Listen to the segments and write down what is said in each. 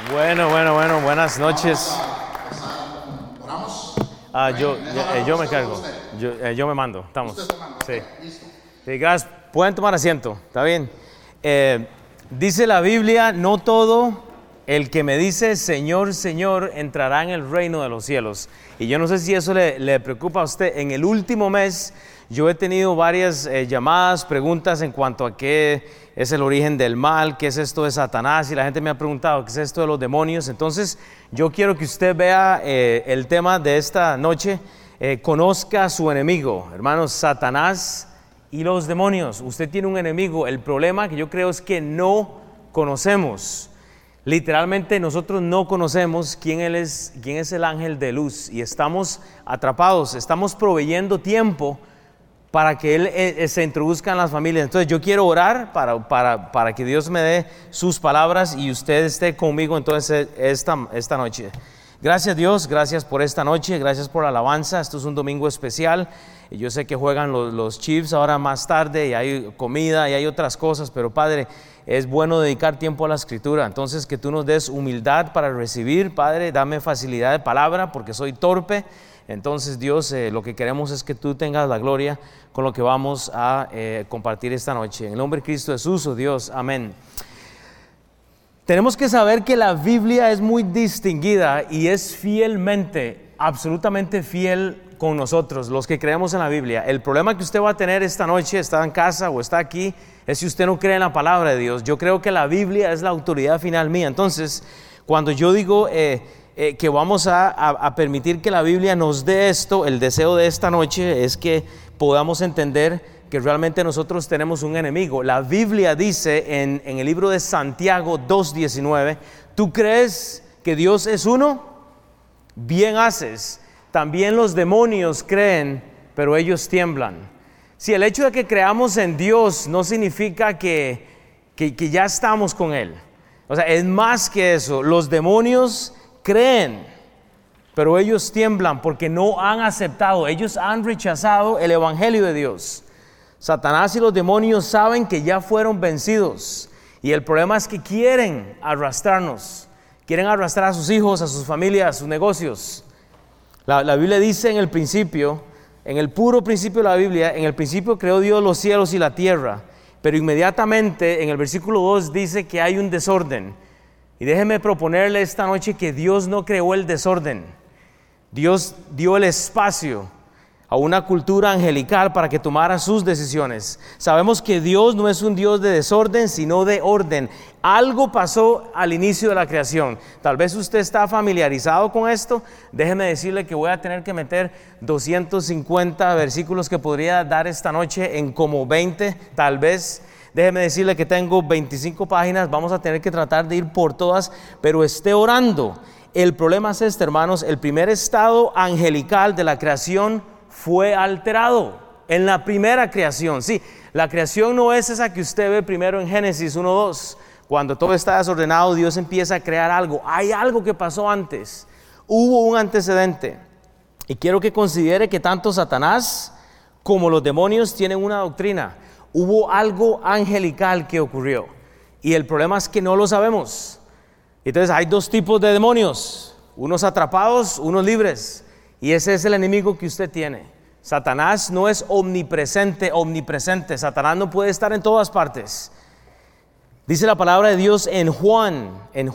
Bueno, buenas noches. ¿Oramos? Yo me cargo. Yo me mando. Estamos. Usted se manda. Sí. Listo. Sí, gracias. Pueden tomar asiento. ¿Está bien? Dice la Biblia, no todo el que me dice Señor, Señor, entrará en el reino de los cielos. Y yo no sé si eso le preocupa a usted. En el último mes yo he tenido varias llamadas, preguntas en cuanto a qué es el origen del mal, qué es esto de Satanás, y la gente me ha preguntado qué es esto de los demonios. Entonces yo quiero que usted vea el tema de esta noche, conozca a su enemigo, hermanos, Satanás y los demonios. Usted tiene un enemigo. El problema que yo creo es que no conocemos. Literalmente nosotros no conocemos quién es el ángel de luz, y estamos atrapados, estamos proveyendo tiempo para que él se introduzca en las familias. Entonces yo quiero orar para que Dios me dé sus palabras y usted esté conmigo entonces esta noche. Gracias Dios, gracias por esta noche, gracias por la alabanza. Esto es un domingo especial. Yo sé que juegan los Chiefs ahora más tarde y hay comida y hay otras cosas, pero Padre, es bueno dedicar tiempo a la Escritura. Entonces que tú nos des humildad para recibir, Padre, dame facilidad de palabra porque soy torpe. Entonces Dios, lo que queremos es que tú tengas la gloria con lo que vamos a compartir esta noche. En el nombre de Cristo Jesús, oh Dios, amén. Tenemos que saber que la Biblia es muy distinguida y es fielmente, absolutamente fiel con nosotros, los que creemos en la Biblia. El problema que usted va a tener esta noche, está en casa o está aquí, es si usted no cree en la palabra de Dios. Yo creo que la Biblia es la autoridad final mía. Entonces, cuando yo digo que vamos a permitir que la Biblia nos dé esto, el deseo de esta noche es que podamos entender que realmente nosotros tenemos un enemigo. La Biblia dice en el libro de Santiago 2:19, ¿tú crees que Dios es uno? Bien haces. También los demonios creen, pero ellos tiemblan. Si el hecho de que creamos en Dios no significa que ya estamos con Él. O sea, es más que eso. Los demonios creen, pero ellos tiemblan porque no han aceptado, ellos han rechazado el evangelio de Dios. Satanás y los demonios saben que ya fueron vencidos, y el problema es que quieren arrastrarnos, quieren arrastrar a sus hijos, a sus familias, a sus negocios. La Biblia dice en el principio, en el puro principio de la Biblia, en el principio creó Dios los cielos y la tierra, pero inmediatamente en el versículo 2 dice que hay un desorden. Y déjeme proponerle esta noche que Dios no creó el desorden. Dios dio el espacio a una cultura angelical para que tomara sus decisiones. Sabemos que Dios no es un Dios de desorden, sino de orden. Algo pasó al inicio de la creación. Tal vez usted está familiarizado con esto. Déjeme decirle que voy a tener que meter 250 versículos que podría dar esta noche en como 20, tal vez. Déjeme decirle que tengo 25 páginas, vamos a tener que tratar de ir por todas, pero esté orando. El problema es este, hermanos, el primer estado angelical de la creación fue alterado en la primera creación. Sí, la creación no es esa que usted ve primero en Génesis 1:2. Cuando todo está desordenado, Dios empieza a crear algo. Hay algo que pasó antes, hubo un antecedente. Y quiero que considere que tanto Satanás como los demonios tienen una doctrina. Hubo algo angelical que ocurrió, y el problema es que no lo sabemos. Entonces hay dos tipos de demonios, unos atrapados, unos libres, y ese es el enemigo que usted tiene. Satanás no es omnipresente. Satanás no puede estar en todas partes. Dice la palabra de Dios en Juan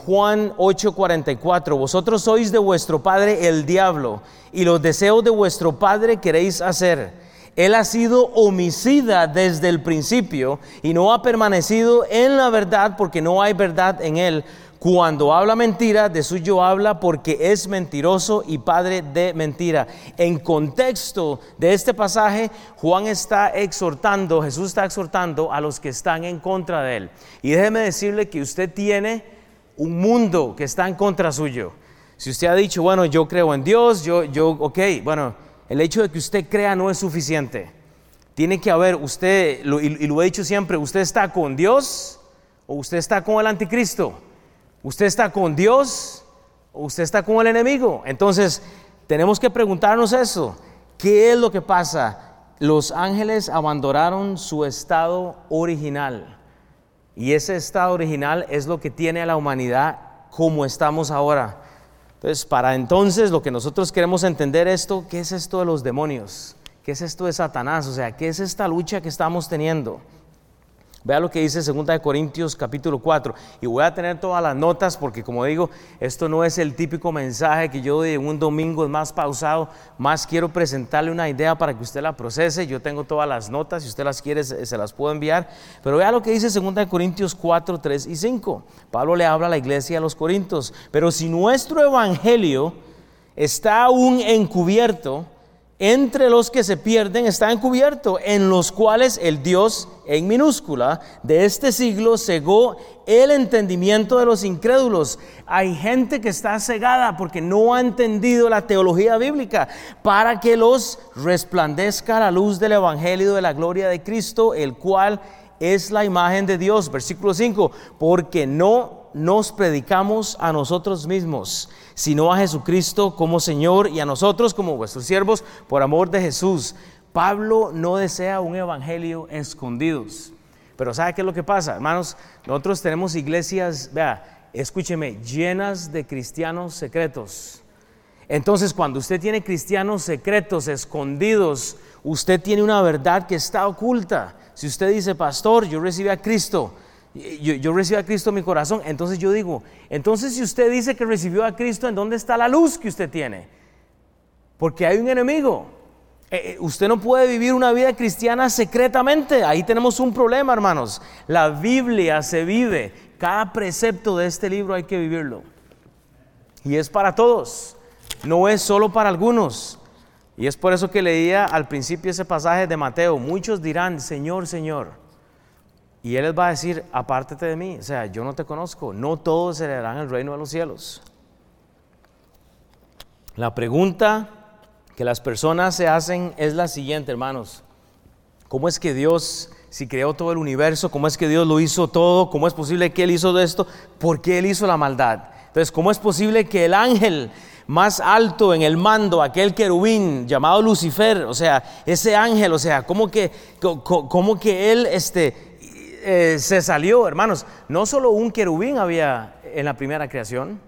8:44, vosotros sois de vuestro padre el diablo, y los deseos de vuestro padre queréis hacer. Él ha sido homicida desde el principio y no ha permanecido en la verdad porque no hay verdad en él. Cuando habla mentira, de suyo habla porque es mentiroso y padre de mentira. En contexto de este pasaje, Jesús está exhortando a los que están en contra de él. Y déjeme decirle que usted tiene un mundo que está en contra suyo. Si usted ha dicho, bueno, yo creo en Dios, el hecho de que usted crea no es suficiente. Tiene que haber, y lo he dicho siempre, ¿usted está con Dios o usted está con el anticristo? ¿Usted está con Dios o usted está con el enemigo? Entonces, tenemos que preguntarnos eso. ¿Qué es lo que pasa? Los ángeles abandonaron su estado original. Y ese estado original es lo que tiene a la humanidad como estamos ahora. Entonces, para entonces, lo que nosotros queremos entender esto, ¿qué es esto de los demonios? ¿Qué es esto de Satanás? O sea, ¿qué es esta lucha que estamos teniendo? Vea lo que dice 2 Corintios capítulo 4. Y voy a tener todas las notas porque, como digo, esto no es el típico mensaje que yo doy en un domingo, es más pausado. Más quiero presentarle una idea para que usted la procese. Yo tengo todas las notas, si usted las quiere se las puedo enviar. Pero vea lo que dice 2 Corintios 4, 3 y 5. Pablo le habla a la iglesia de los Corintios. Pero si nuestro evangelio está aún encubierto, entre los que se pierden está encubierto, en los cuales el Dios, en minúscula, de este siglo cegó el entendimiento de los incrédulos. Hay gente que está cegada porque no ha entendido la teología bíblica, para que los resplandezca la luz del evangelio de la gloria de Cristo, el cual es la imagen de Dios. Versículo 5, porque no nos predicamos a nosotros mismos, sino a Jesucristo como Señor, y a nosotros como vuestros siervos por amor de Jesús. Pablo no desea un evangelio escondidos. Pero ¿sabe qué es lo que pasa, hermanos? Nosotros tenemos iglesias, vea, escúcheme, llenas de cristianos secretos. Entonces, cuando usted tiene cristianos secretos, escondidos, usted tiene una verdad que está oculta. Si usted dice, pastor, yo recibí a Cristo, yo recibí a Cristo en mi corazón, entonces yo digo, entonces si usted dice que recibió a Cristo, ¿en dónde está la luz que usted tiene? Porque hay un enemigo. Usted no puede vivir una vida cristiana secretamente. Ahí tenemos un problema, hermanos. La Biblia se vive. Cada precepto de este libro hay que vivirlo. Y es para todos, no es solo para algunos. Y es por eso que leía al principio ese pasaje de Mateo. Muchos dirán, Señor, Señor. Y Él les va a decir, apártate de mí, o sea, yo no te conozco. No todos heredarán el reino de los cielos. La pregunta que las personas se hacen es la siguiente, hermanos. ¿Cómo es que Dios, si creó todo el universo, cómo es que Dios lo hizo todo? ¿Cómo es posible que Él hizo esto? ¿Por qué Él hizo la maldad? Entonces, ¿cómo es posible que el ángel más alto en el mando, aquel querubín llamado Lucifer, o sea, ese ángel, o sea, cómo que él se salió, hermanos? No solo un querubín había en la primera creación.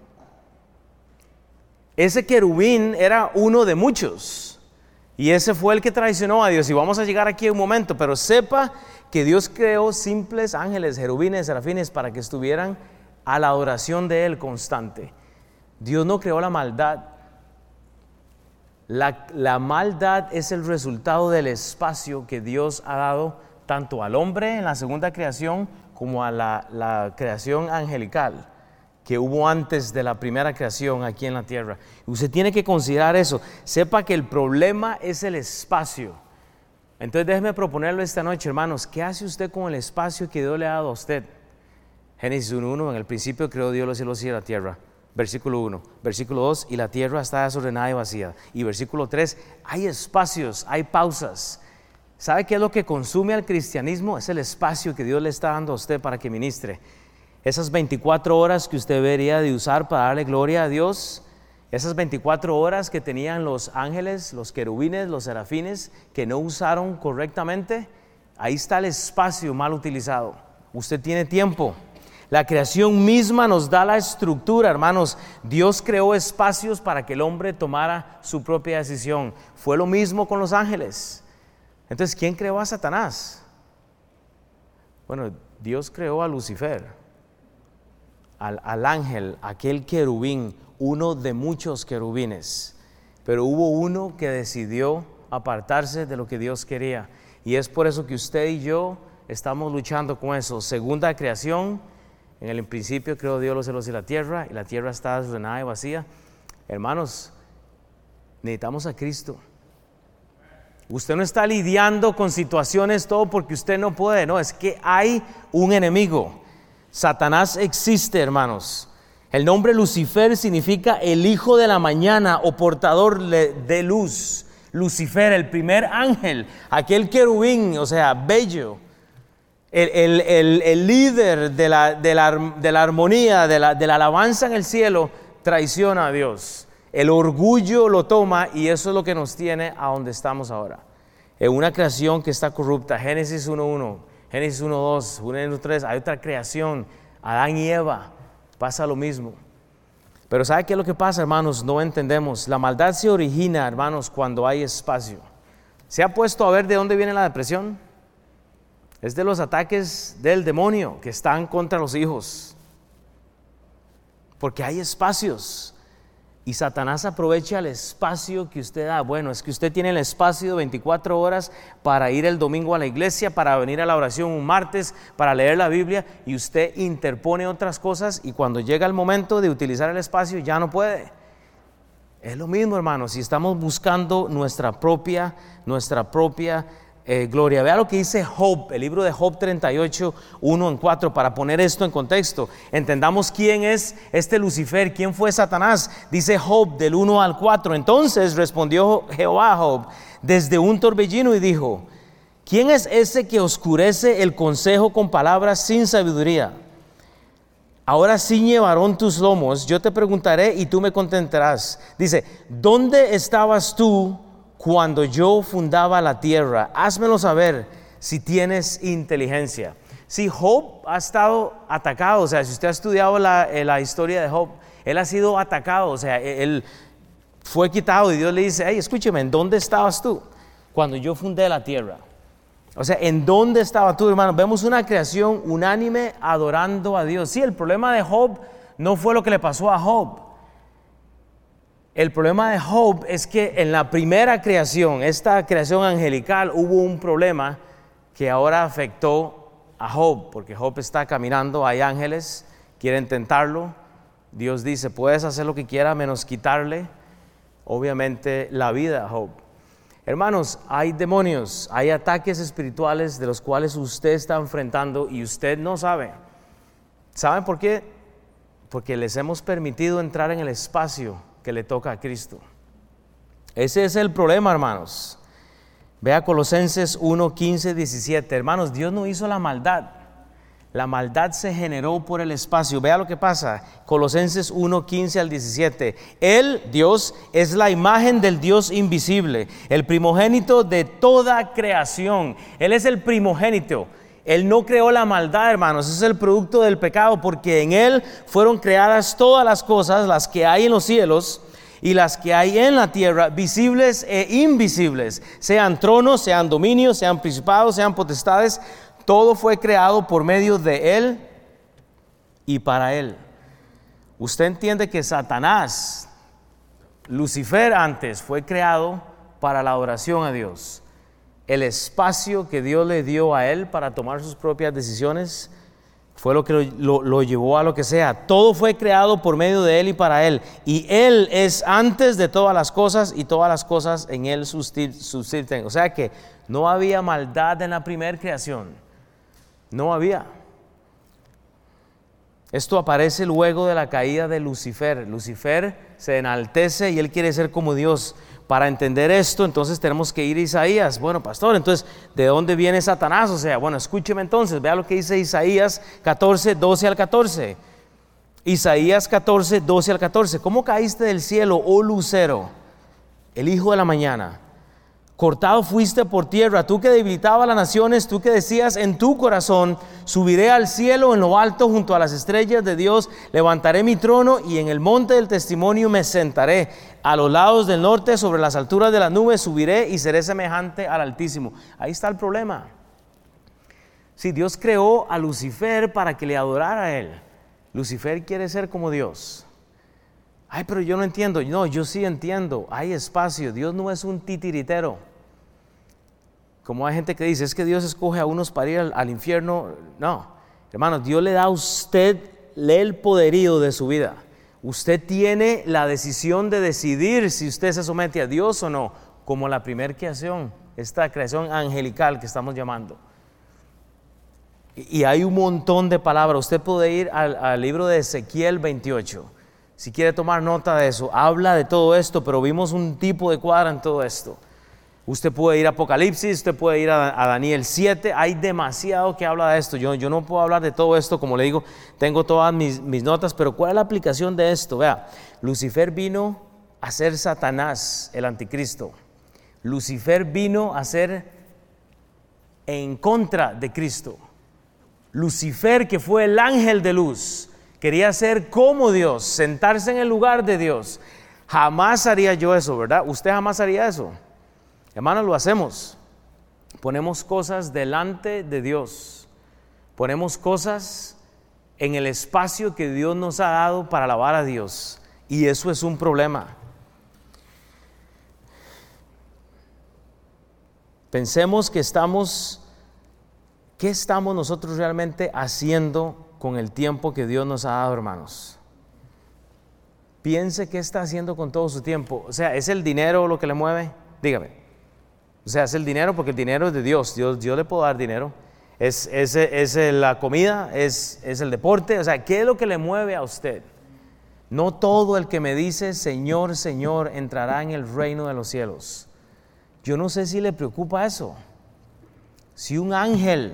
Ese querubín era uno de muchos, y ese fue el que traicionó a Dios. Y vamos a llegar aquí en un momento, pero sepa que Dios creó simples ángeles, querubines, serafines, para que estuvieran a la adoración de Él constante. Dios no creó la maldad. La maldad es el resultado del espacio que Dios ha dado tanto al hombre en la segunda creación como a la creación angelical que hubo antes de la primera creación aquí en la tierra. Usted tiene que considerar eso. Sepa que el problema es el espacio. Entonces déjeme proponerlo esta noche, hermanos. ¿Qué hace usted con el espacio que Dios le ha dado a usted? Génesis 1:1, en el principio creó Dios los cielos y la tierra. Versículo 1, versículo 2, y la tierra está desordenada y vacía. Y versículo 3, hay espacios, hay pausas. ¿Sabe qué es lo que consume al cristianismo? Es el espacio que Dios le está dando a usted para que ministre. Esas 24 horas que usted debería de usar para darle gloria a Dios, esas 24 horas que tenían los ángeles, los querubines, los serafines, que no usaron correctamente, ahí está el espacio mal utilizado. Usted tiene tiempo. La creación misma nos da la estructura, hermanos. Dios creó espacios para que el hombre tomara su propia decisión. Fue lo mismo con los ángeles. Entonces, ¿quién creó a Satanás? Bueno, Dios creó a Lucifer, al ángel, aquel querubín, uno de muchos querubines. Pero hubo uno que decidió apartarse de lo que Dios quería. Y es por eso que usted y yo estamos luchando con eso. Segunda creación, en el principio creó Dios los cielos y la tierra está desordenada y vacía. Hermanos, necesitamos a Cristo. Usted no está lidiando con situaciones todo porque usted no puede, no, es que hay un enemigo. Satanás existe, hermanos. El nombre Lucifer significa el hijo de la mañana o portador de luz. Lucifer, el primer ángel, aquel querubín, o sea, bello. El líder de la armonía, de la alabanza en el cielo, traiciona a Dios. El orgullo lo toma y eso es lo que nos tiene a donde estamos ahora. En una creación que está corrupta. Génesis 1:1, Génesis 1:2, 1:3, hay otra creación. Adán y Eva, pasa lo mismo. Pero ¿sabe qué es lo que pasa, hermanos? No entendemos. La maldad se origina, hermanos, cuando hay espacio. ¿Se ha puesto a ver de dónde viene la depresión? Es de los ataques del demonio que están contra los hijos. Porque hay espacios. Y Satanás aprovecha el espacio que usted da. Bueno, es que usted tiene el espacio de 24 horas para ir el domingo a la iglesia, para venir a la oración un martes, para leer la Biblia, y usted interpone otras cosas, y cuando llega el momento de utilizar el espacio ya no puede. Es lo mismo, hermanos, si estamos buscando nuestra propia gloria. Vea lo que dice Job, el libro de Job 38, 1-4, para poner esto en contexto. Entendamos quién es este Lucifer, quién fue Satanás. Dice Job del 1-4. Entonces respondió Jehová a Job desde un torbellino y dijo: ¿quién es ese que oscurece el consejo con palabras sin sabiduría? Ahora ciñe, varón, tus lomos, yo te preguntaré y tú me contentarás. Dice: ¿dónde estabas tú cuando yo fundaba la tierra? Házmelo saber si tienes inteligencia. Si Job ha estado atacado, o sea, si usted ha estudiado la historia de Job, él ha sido atacado, o sea, él fue quitado y Dios le dice: hey, escúcheme, ¿en dónde estabas tú cuando yo fundé la tierra? O sea, ¿en dónde estabas tú, hermano? Vemos una creación unánime adorando a Dios. Sí, el problema de Job no fue lo que le pasó a Job. El problema de Job es que en la primera creación, esta creación angelical, hubo un problema que ahora afectó a Job, porque Job está caminando, hay ángeles, quieren tentarlo. Dios dice: puedes hacer lo que quieras menos quitarle, obviamente, la vida a Job. Hermanos, hay demonios, hay ataques espirituales de los cuales usted está enfrentando y usted no sabe. ¿Saben por qué? Porque les hemos permitido entrar en el espacio que le toca a Cristo. Ese es el problema, hermanos. Vea Colosenses 1:15-17. Hermanos, Dios no hizo la maldad. La maldad se generó por el espacio. Vea lo que pasa. Colosenses 1:15-17. Él, Dios, es la imagen del Dios invisible, el primogénito de toda creación. Él es el primogénito. Él no creó la maldad, hermanos. Es el producto del pecado, porque en Él fueron creadas todas las cosas, las que hay en los cielos y las que hay en la tierra, visibles e invisibles, sean tronos, sean dominios, sean principados, sean potestades. Todo fue creado por medio de Él y para Él. Usted entiende que Satanás, Lucifer antes, fue creado para la adoración a Dios. El espacio que Dios le dio a él para tomar sus propias decisiones fue lo que lo llevó a lo que sea. Todo fue creado por medio de él y para él. Y él es antes de todas las cosas y todas las cosas en él subsisten. O sea que no había maldad en la primera creación. No había. Esto aparece luego de la caída de Lucifer. Lucifer se enaltece y él quiere ser como Dios. Para entender esto, entonces tenemos que ir a Isaías. Bueno, pastor, entonces, ¿de dónde viene Satanás? O sea, bueno, escúcheme entonces, vea lo que dice Isaías 14, 12 al 14. Isaías 14, 12 al 14. ¿Cómo caíste del cielo, oh lucero, el hijo de la mañana? Cortado fuiste por tierra, tú que debilitabas las naciones, tú que decías en tu corazón: subiré al cielo, en lo alto, junto a las estrellas de Dios, levantaré mi trono y en el monte del testimonio me sentaré. A los lados del norte, sobre las alturas de las nubes, subiré y seré semejante al Altísimo. Ahí está el problema. Si Dios creó a Lucifer para que le adorara a él, Lucifer quiere ser como Dios. Ay, pero yo no entiendo. No, yo sí entiendo. Hay espacio. Dios no es un titiritero. Como hay gente que dice, es que Dios escoge a unos para ir al infierno. No, hermanos, Dios le da a usted el poderío de su vida. Usted tiene la decisión de decidir si usted se somete a Dios o no, como la primera creación, esta creación angelical que estamos llamando. Y hay un montón de palabras. Usted puede ir al libro de Ezequiel 28. Si quiere tomar nota de eso, habla de todo esto, pero vimos un tipo de cuadra en todo esto. Usted puede ir a Apocalipsis, usted puede ir a Daniel 7, hay demasiado que habla de esto. Yo no puedo hablar de todo esto, como le digo, tengo todas mis notas, pero ¿cuál es la aplicación de esto? Vea, Lucifer vino a ser Satanás, el anticristo. Lucifer vino a ser en contra de Cristo. Lucifer, que fue el ángel de luz, Quería ser como Dios, sentarse en el lugar de Dios. Jamás haría yo eso, ¿verdad? Usted jamás haría eso. Hermanos, lo hacemos. Ponemos cosas delante de Dios. Ponemos cosas en el espacio que Dios nos ha dado para alabar a Dios. Y eso es un problema. Pensemos ¿qué estamos nosotros realmente haciendo con el tiempo que Dios nos ha dado, hermanos? Piense qué está haciendo con todo su tiempo. O sea, ¿es el dinero lo que le mueve? Dígame. O sea, es el dinero porque el dinero es de Dios. Dios le puede dar dinero. Es la comida, es el deporte. O sea, ¿qué es lo que le mueve a usted? No todo el que me dice Señor, Señor entrará en el reino de los cielos. Yo no sé si le preocupa eso. Si un ángel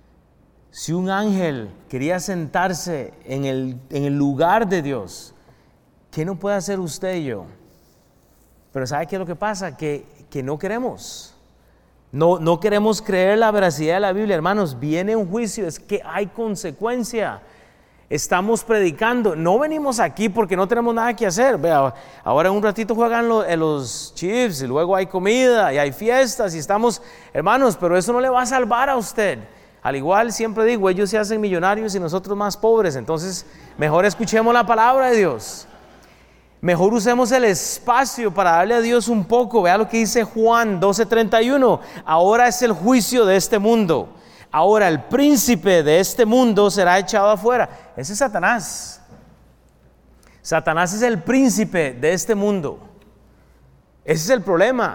quería sentarse en el lugar de Dios, ¿qué no puede hacer usted y yo? Pero ¿sabe qué es lo que pasa? Que no queremos. No queremos creer la veracidad de la Biblia. Hermanos, viene un juicio, es que hay consecuencia. Estamos predicando, no venimos aquí porque no tenemos nada que hacer. Vea, ahora en un ratito juegan los Chiefs y luego hay comida y hay fiestas y estamos, hermanos, pero eso no le va a salvar a usted. Al igual siempre digo, ellos se hacen millonarios y nosotros más pobres. Entonces mejor escuchemos la palabra de Dios. Mejor usemos el espacio para darle a Dios un poco. Vea lo que dice Juan 12:31. Ahora es el juicio de este mundo. Ahora el príncipe de este mundo será echado afuera. Ese es Satanás. Satanás es el príncipe de este mundo. Ese es el problema.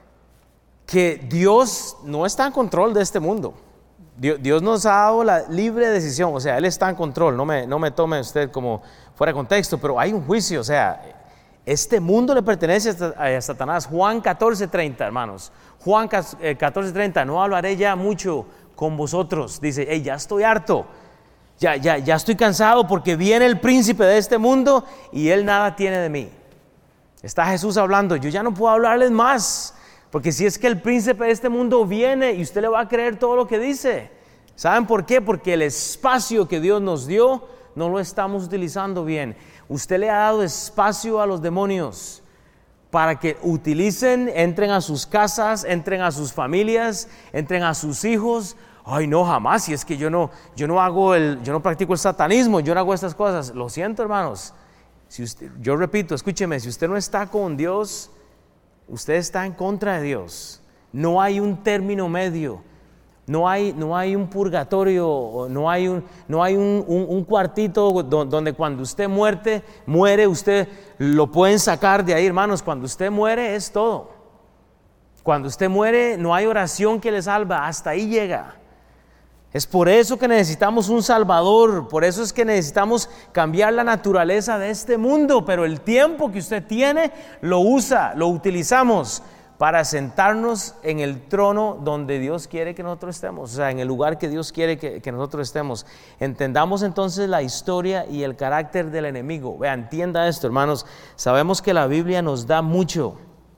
Que Dios no está en control de este mundo. Dios nos ha dado la libre decisión. O sea, Él está en control. No me tome usted como fuera de contexto. Pero hay un juicio. O sea, este mundo le pertenece a Satanás. Juan 14:30, hermanos. Juan 14:30. No hablaré ya mucho con vosotros. Dice, hey, ya estoy harto, ya estoy cansado porque viene el príncipe de este mundo y él nada tiene de mí. Está Jesús hablando, yo ya no puedo hablarles más, porque si es que el príncipe de este mundo viene y usted le va a creer todo lo que dice. ¿Saben por qué? Porque el espacio que Dios nos dio no lo estamos utilizando bien. Usted le ha dado espacio a los demonios para que utilicen, entren a sus casas, entren a sus familias, entren a sus hijos. Ay, no, jamás, si es que yo no practico el satanismo, yo no hago estas cosas. Lo siento, hermanos. Yo repito, escúcheme, si usted no está con Dios, usted está en contra de Dios. No hay un término medio. No hay un purgatorio, no hay un cuartito donde cuando usted muere, usted lo pueden sacar de ahí, hermanos. Cuando usted muere es todo. Cuando usted muere no hay oración que le salva, hasta ahí llega. Es por eso que necesitamos un Salvador, por eso es que necesitamos cambiar la naturaleza de este mundo, pero el tiempo que usted tiene lo utilizamos para sentarnos en el trono donde Dios quiere que nosotros estemos, o sea, en el lugar que Dios quiere que nosotros estemos. Entendamos entonces la historia y el carácter del enemigo. Vea, entienda esto, hermanos. Sabemos que la Biblia nos da mucho,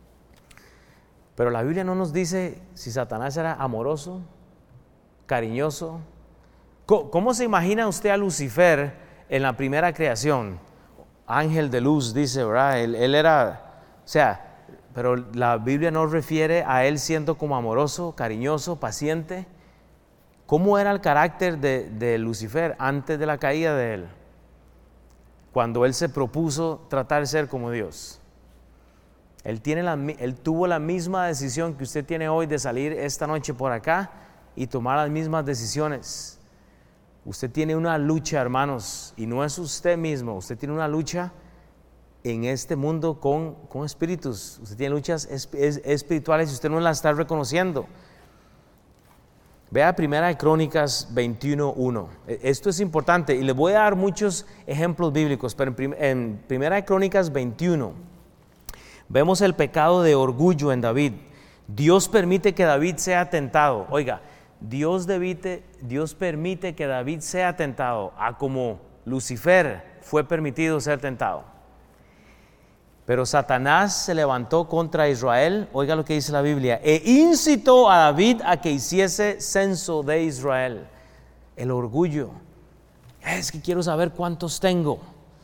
pero la Biblia no nos dice si Satanás era amoroso, cariñoso. ¿Cómo se imagina usted a Lucifer en la primera creación? Ángel de luz, dice, ¿verdad? Él era, o sea, pero la Biblia no refiere a él siendo como amoroso, cariñoso, paciente. ¿Cómo era el carácter de Lucifer antes de la caída de él? Cuando él se propuso tratar de ser como Dios. Él tuvo la misma decisión que usted tiene hoy de salir esta noche por acá y tomar las mismas decisiones. Usted tiene una lucha, hermanos, y no es usted mismo. Usted tiene una lucha en este mundo con espíritus. Usted tiene luchas espirituales y usted no las está reconociendo. Vea 1 Crónicas 21:1. Esto es importante y le voy a dar muchos ejemplos bíblicos, pero en 1 Crónicas 21 vemos el pecado de orgullo en David. Dios permite que David sea tentado. Oiga, Dios permite que David sea tentado a como Lucifer fue permitido ser tentado. Pero Satanás se levantó contra Israel, oiga lo que dice la Biblia, e incitó a David a que hiciese censo de Israel. El orgullo. Es que quiero saber cuántos tengo.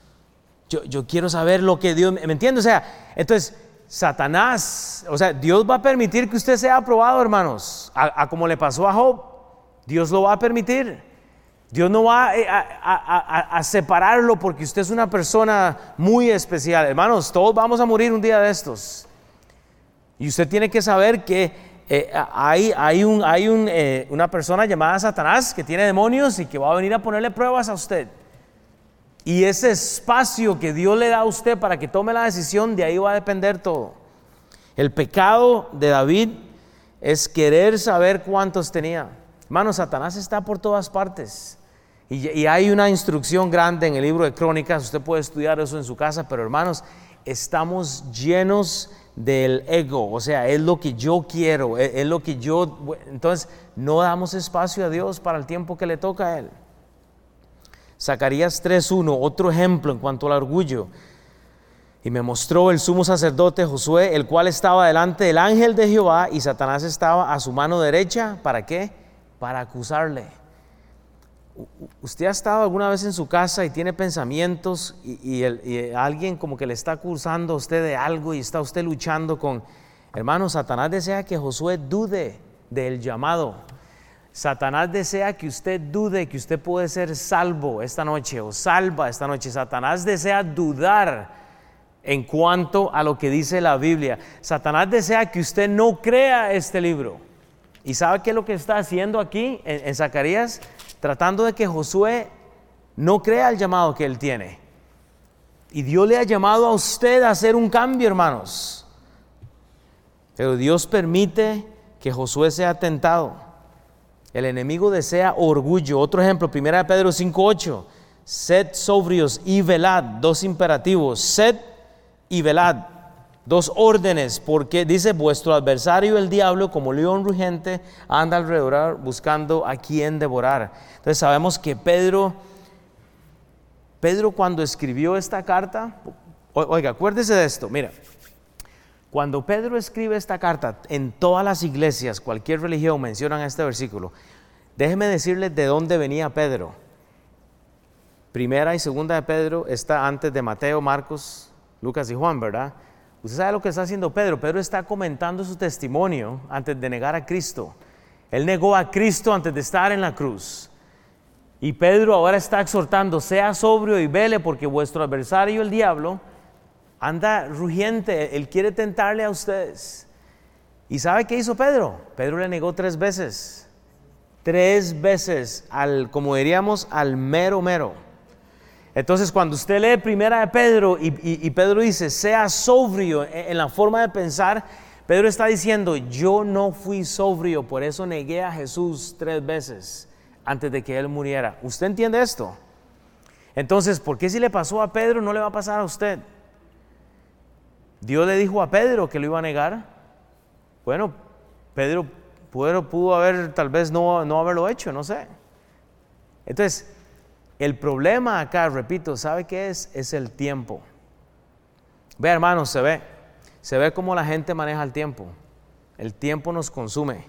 Yo quiero saber lo que Dios... ¿Me entiende? O sea, entonces, Satanás, o sea, Dios va a permitir que usted sea aprobado, hermanos. A como le pasó a Job, Dios lo va a permitir. Dios no va a separarlo porque usted es una persona muy especial. Hermanos, todos vamos a morir un día de estos. Y usted tiene que saber que hay una persona llamada Satanás que tiene demonios y que va a venir a ponerle pruebas a usted. Y ese espacio que Dios le da a usted para que tome la decisión, de ahí va a depender todo. El pecado de David es querer saber cuántos tenía. Hermanos, Satanás está por todas partes. Y hay una instrucción grande en el libro de Crónicas. Usted puede estudiar eso en su casa. Pero hermanos, estamos llenos del ego. O sea, es lo que yo quiero, es lo que yo... Entonces, no damos espacio a Dios para el tiempo que le toca a Él. Zacarías 3:1, otro ejemplo en cuanto al orgullo. Y me mostró el sumo sacerdote Josué, el cual estaba delante del ángel de Jehová, y Satanás estaba a su mano derecha. ¿Para qué? Para acusarle. ¿Usted ha estado alguna vez en su casa y tiene pensamientos y alguien como que le está acusando a usted de algo y está usted luchando con... Hermano, Satanás desea que Josué dude del llamado. Satanás desea que usted dude que usted puede ser salvo esta noche o salva esta noche. Satanás desea dudar en cuanto a lo que dice la Biblia. Satanás desea que usted no crea este libro. ¿Y sabe qué es lo que está haciendo aquí en Zacarías? Tratando de que Josué no crea el llamado que él tiene. Y Dios le ha llamado a usted a hacer un cambio, hermanos. Pero Dios permite que Josué sea tentado. El enemigo desea orgullo. Otro ejemplo, 1 Pedro 5:8. Sed sobrios y velad. Dos imperativos. Sed y velad. Dos órdenes, porque dice: vuestro adversario el diablo, como león rugiente, anda alrededor buscando a quien devorar. Entonces sabemos que Pedro cuando escribió esta carta, oiga, acuérdese de esto, mira, cuando Pedro escribe esta carta, en todas las iglesias, cualquier religión mencionan este versículo. Déjeme decirles de dónde venía Pedro. Primera y segunda de Pedro está antes de Mateo, Marcos, Lucas y Juan, ¿verdad? Usted sabe lo que está haciendo Pedro. Pedro está comentando su testimonio antes de negar a Cristo. Él negó a Cristo antes de estar en la cruz. Y Pedro ahora está exhortando: sea sobrio y vele, porque vuestro adversario el diablo anda rugiente. Él quiere tentarle a ustedes. ¿Y sabe qué hizo Pedro? Pedro le negó 3 veces. 3 veces, como diríamos, al mero. Entonces, cuando usted lee primera de Pedro y Pedro dice: sea sobrio en la forma de pensar, Pedro está diciendo: yo no fui sobrio, por eso negué a Jesús 3 veces antes de que Él muriera. ¿Usted entiende esto? Entonces, ¿por qué si le pasó a Pedro no le va a pasar a usted? Dios le dijo a Pedro que lo iba a negar. Bueno, Pedro pudo haber, tal vez no haberlo hecho, no sé. Entonces, el problema acá, repito, ¿sabe qué es? Es el tiempo. Ve, hermanos, se ve cómo la gente maneja el tiempo. El tiempo nos consume.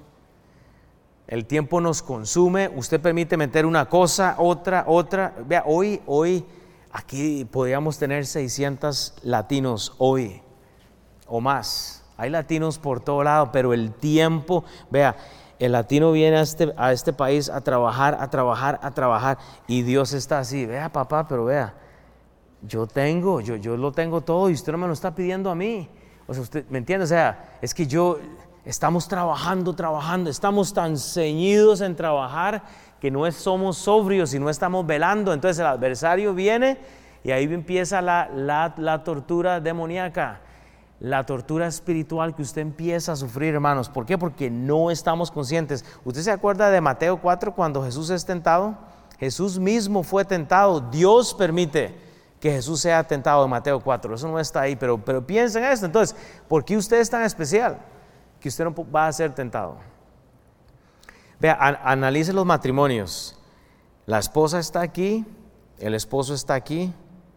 El tiempo nos consume. Usted permite meter una cosa, otra. Vea, hoy aquí podríamos tener 600 latinos hoy o más. Hay latinos por todo lado, pero el tiempo, vea, el latino viene a este país a trabajar, y Dios está así: vea, papá, pero vea, yo lo tengo todo y usted no me lo está pidiendo a mí. O sea, usted, ¿me entiende? O sea, es que estamos trabajando, estamos tan ceñidos en trabajar que no somos sobrios y no estamos velando. Entonces el adversario viene y ahí empieza la tortura demoníaca. La tortura espiritual que usted empieza a sufrir, hermanos. ¿Por qué? Porque no estamos conscientes. ¿Usted se acuerda de Mateo 4 cuando Jesús es tentado? Jesús mismo fue tentado. Dios permite que Jesús sea tentado en Mateo 4. Eso no está ahí, pero piensen en esto. Entonces, ¿por qué usted es tan especial que usted no va a ser tentado? Vea, analice los matrimonios. La esposa está aquí, el esposo está aquí.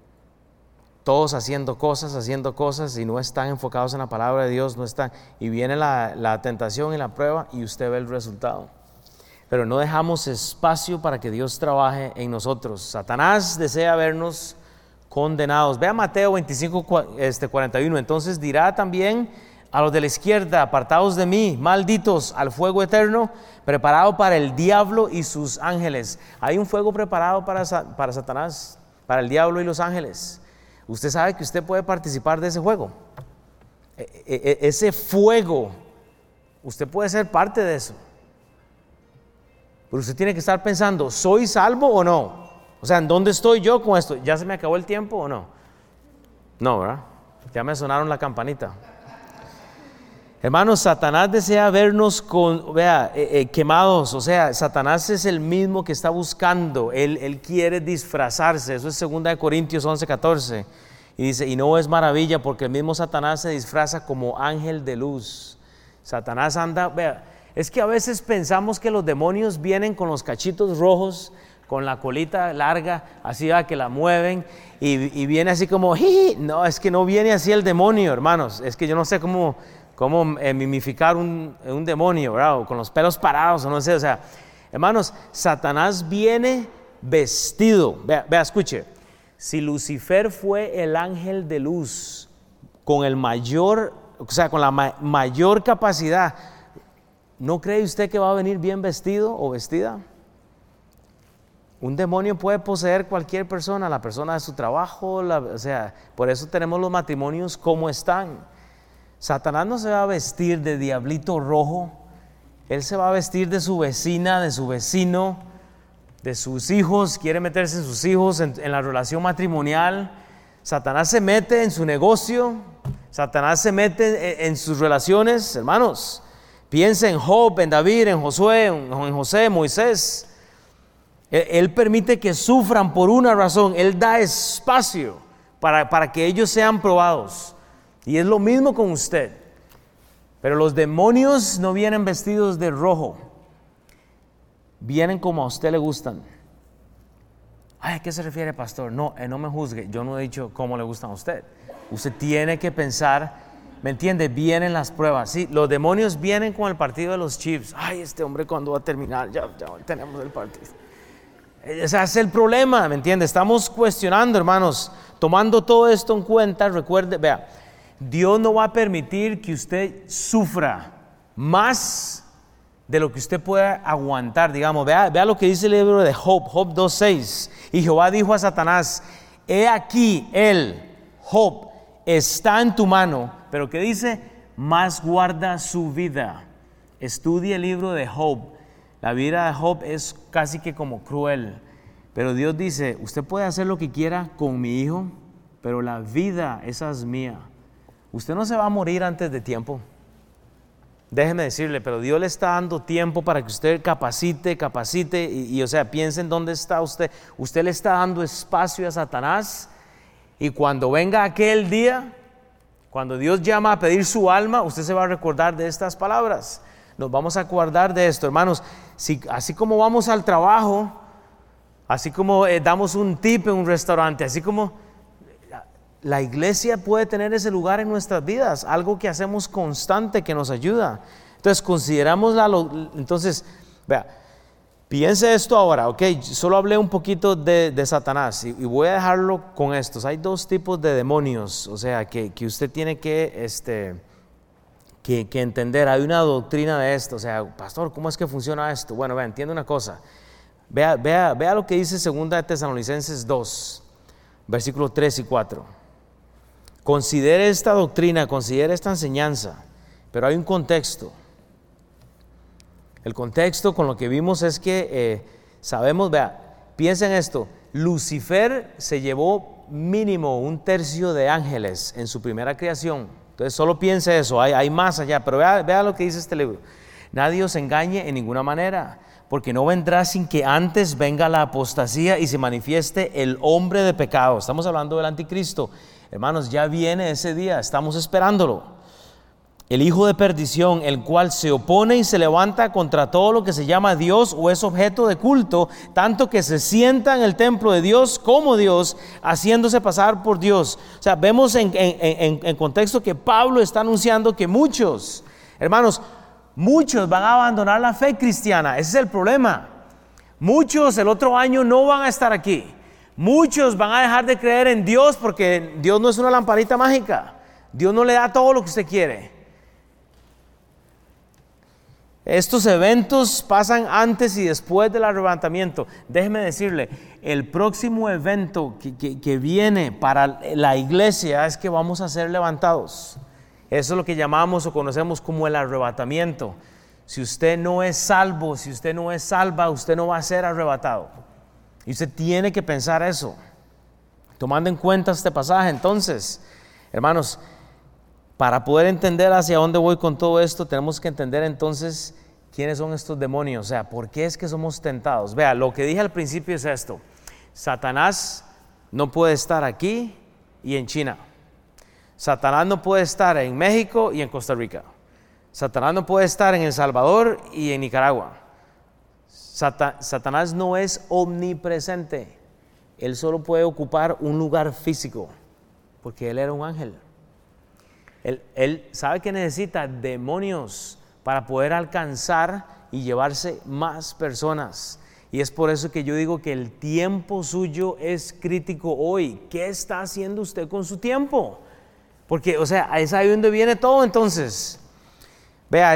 Todos haciendo cosas y no están enfocados en la palabra de Dios, no están, y viene la tentación y la prueba y usted ve el resultado. pero no dejamos espacio para que Dios trabaje en nosotros. Satanás desea vernos condenados. Vea Mateo 25, 41. Entonces dirá también a los de la izquierda: apartaos de mí, malditos, al fuego eterno, preparado para el diablo y sus ángeles. Hay un fuego preparado para Satanás, para el diablo y los ángeles. Usted sabe que usted puede participar de ese juego. Ese fuego, usted puede ser parte de eso. Pero usted tiene que estar pensando: ¿soy salvo o no? O sea, ¿en dónde estoy yo con esto? ¿Ya se me acabó el tiempo o no? No, ¿verdad? Ya me sonaron la campanita. Hermanos, Satanás desea vernos quemados. O sea, Satanás es el mismo que está buscando. Él quiere disfrazarse. Eso es 2 Corintios 11:14. Y dice: y no es maravilla, porque el mismo Satanás se disfraza como ángel de luz. Satanás anda, es que a veces pensamos que los demonios vienen con los cachitos rojos, con la colita larga, así que la mueven y viene así como, ¡jiji! No, es que no viene así el demonio, hermanos. Es que yo no sé cómo mimificar un demonio, ¿verdad? O con los pelos parados, o no sé. O sea, hermanos, Satanás viene vestido. Vea, escuche. Si Lucifer fue el ángel de luz con con la mayor capacidad, ¿no cree usted que va a venir bien vestido o vestida? Un demonio puede poseer cualquier persona, la persona de su trabajo, o sea, por eso tenemos los matrimonios como están. Satanás no se va a vestir de diablito rojo, él se va a vestir de su vecina, de su vecino, de sus hijos, quiere meterse en sus hijos, en la relación matrimonial. Satanás se mete en su negocio, Satanás se mete en sus relaciones, hermanos. Piensa en Job, en David, en Josué, en José, Moisés. Él permite que sufran por una razón. Él da espacio para que ellos sean probados. Y es lo mismo con usted. Pero los demonios no vienen vestidos de rojo. Vienen como a usted le gustan. Ay, ¿a qué se refiere, pastor? No me juzgue. Yo no he dicho cómo le gustan a usted. Usted tiene que pensar, ¿me entiende? Vienen las pruebas. Sí, los demonios vienen con el partido de los Chiefs. Ay, este hombre, ¿cuándo va a terminar? Ya tenemos el partido. Ese es el problema, ¿me entiende? Estamos cuestionando, hermanos, tomando todo esto en cuenta. Recuerde, vea, Dios no va a permitir que usted sufra más de lo que usted pueda aguantar. Digamos, vea lo que dice el libro de Job, Job 2:6. Y Jehová dijo a Satanás: he aquí Job, está en tu mano. Pero ¿qué dice? Más guarda su vida. Estudie el libro de Job. La vida de Job es casi que como cruel. Pero Dios dice: usted puede hacer lo que quiera con mi hijo, pero la vida, esa es mía. Usted no se va a morir antes de tiempo. Déjeme decirle, pero Dios le está dando tiempo para que usted capacite y o sea, piense en dónde está usted. Usted le está dando espacio a Satanás, y cuando venga aquel día, cuando Dios llama a pedir su alma, usted se va a recordar de estas palabras. Nos vamos a acordar de esto, hermanos. Así como vamos al trabajo, así como damos un tip en un restaurante, así como la iglesia puede tener ese lugar en nuestras vidas, algo que hacemos constante que nos ayuda. Entonces consideramos entonces, vea, piense esto ahora, ok, solo hablé un poquito de Satanás y voy a dejarlo con estos. Hay dos tipos de demonios, o sea, que usted tiene que entender. Hay una doctrina de esto, o sea, pastor, ¿cómo es que funciona esto? Bueno, vea, entiende una cosa. Vea lo que dice 2 de Tesalonicenses 2, versículos 3 y 4. Considere esta doctrina, considere esta enseñanza, pero hay un contexto. El contexto con lo que vimos es que sabemos, vea, piensa en esto. Lucifer se llevó mínimo 1/3 de ángeles en su primera creación. Entonces solo piense eso, hay más allá, pero vea lo que dice este libro. Nadie os engañe en ninguna manera, porque no vendrá sin que antes venga la apostasía y se manifieste el hombre de pecado. Estamos hablando del anticristo. Hermanos, ya viene ese día, estamos esperándolo. El hijo de perdición, el cual se opone y se levanta contra todo lo que se llama Dios o es objeto de culto, tanto que se sienta en el templo de Dios como Dios, haciéndose pasar por Dios. O sea, vemos en contexto que Pablo está anunciando que muchos, hermanos, Muchos van a abandonar la fe cristiana. Ese es el problema. Muchos el otro año no van a estar aquí. Muchos van a dejar de creer en Dios porque Dios no es una lamparita mágica. Dios no le da todo lo que usted quiere. Estos eventos pasan antes y después del arrebatamiento. Déjeme decirle, el próximo evento que viene para la iglesia es que vamos a ser levantados. Eso es lo que llamamos o conocemos como el arrebatamiento. Si usted no es salvo, si usted no es salva, usted no va a ser arrebatado. Y usted tiene que pensar eso, tomando en cuenta este pasaje. Entonces, hermanos, para poder entender hacia dónde voy con todo esto, tenemos que entender entonces quiénes son estos demonios. O sea, ¿por qué es que somos tentados? Vea, lo que dije al principio es esto. Satanás no puede estar aquí y en China. Satanás no puede estar en México y en Costa Rica. Satanás no puede estar en El Salvador y en Nicaragua. Satanás no es omnipresente. Él solo puede ocupar un lugar físico, porque él era un ángel. Él sabe que necesita demonios para poder alcanzar y llevarse más personas. Y es por eso que yo digo que el tiempo suyo es crítico hoy. ¿Qué está haciendo usted con su tiempo? Porque, o sea, es ahí donde viene todo. Entonces, vea,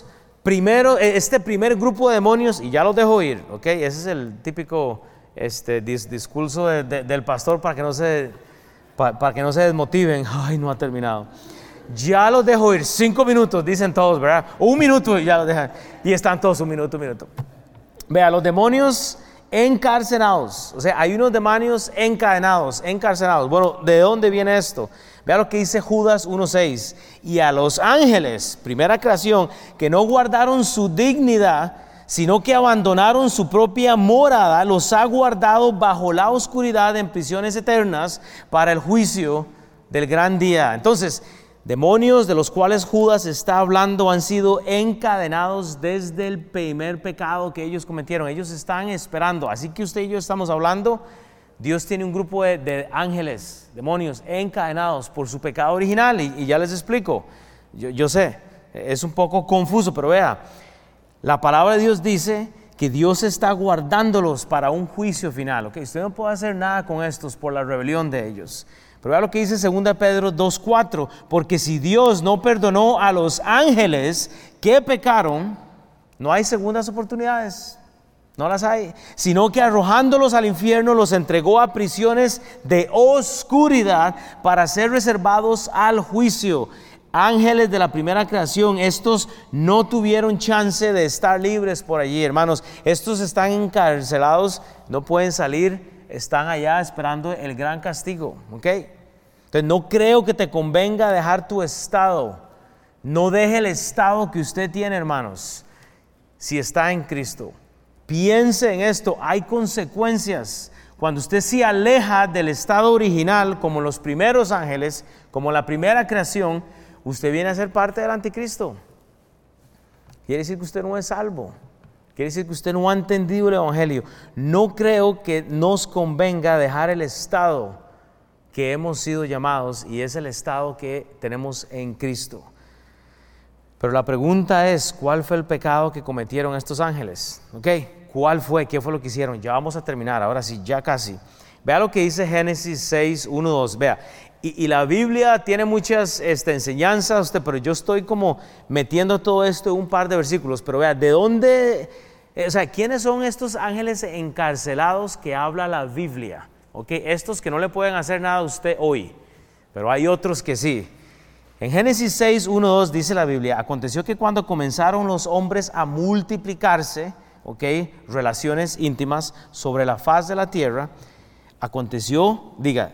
este primer grupo de demonios, y ya los dejo ir, ¿ok? Ese es el típico discurso del pastor para que no se desmotiven. Ay, no ha terminado. Ya los dejo ir, 5 minutos, dicen todos, ¿verdad? O 1 minuto y ya los dejan. Y están todos 1 minuto. Vea, los demonios encarcelados. O sea, hay unos demonios encadenados, encarcelados. Bueno, ¿de dónde viene esto? Vea lo que dice Judas 1:6. Y a los ángeles, primera creación, que no guardaron su dignidad, sino que abandonaron su propia morada, los ha guardado bajo la oscuridad en prisiones eternas para el juicio del gran día. Entonces, demonios de los cuales Judas está hablando han sido encadenados desde el primer pecado que ellos cometieron. Ellos están esperando. Así que usted y yo estamos hablando. Dios tiene un grupo de ángeles, demonios encadenados por su pecado original. Y ya les explico. Yo sé, es un poco confuso, pero vea. La palabra de Dios dice que Dios está guardándolos para un juicio final. ¿Okay? Usted no puede hacer nada con estos por la rebelión de ellos. Pero vea lo que dice 2 Pedro 2:4. Porque si Dios no perdonó a los ángeles que pecaron, no hay segundas oportunidades. No las hay. Sino que arrojándolos al infierno los entregó a prisiones de oscuridad para ser reservados al juicio. Ángeles de la primera creación, estos no tuvieron chance de estar libres por allí, hermanos. Estos están encarcelados, no pueden salir. Están allá esperando el gran castigo, ¿ok? Entonces no creo que te convenga dejar tu estado. No deje el estado que usted tiene, hermanos, si está en Cristo. Piense en esto, hay consecuencias. Cuando usted se aleja del estado original, como los primeros ángeles, como la primera creación, usted viene a ser parte del anticristo. Quiere decir que usted no es salvo. Quiere decir que usted no ha entendido el evangelio. No creo que nos convenga dejar el estado que hemos sido llamados, y es el estado que tenemos en Cristo. Pero la pregunta es, ¿cuál fue el pecado que cometieron estos ángeles? ¿Ok? ¿Cuál fue? ¿Qué fue lo que hicieron? Ya vamos a terminar, ahora sí, ya casi. Vea lo que dice Génesis 6, 1, 2. Vea, y la Biblia tiene muchas enseñanzas, pero yo estoy como metiendo todo esto en un par de versículos. Pero vea, ¿de dónde? O sea, ¿quiénes son estos ángeles encarcelados que habla la Biblia? ¿Okay? Estos que no le pueden hacer nada a usted hoy, pero hay otros que sí. En Génesis 6, 1, 2 dice la Biblia: aconteció que cuando comenzaron los hombres a multiplicarse, relaciones íntimas sobre la faz de la tierra, aconteció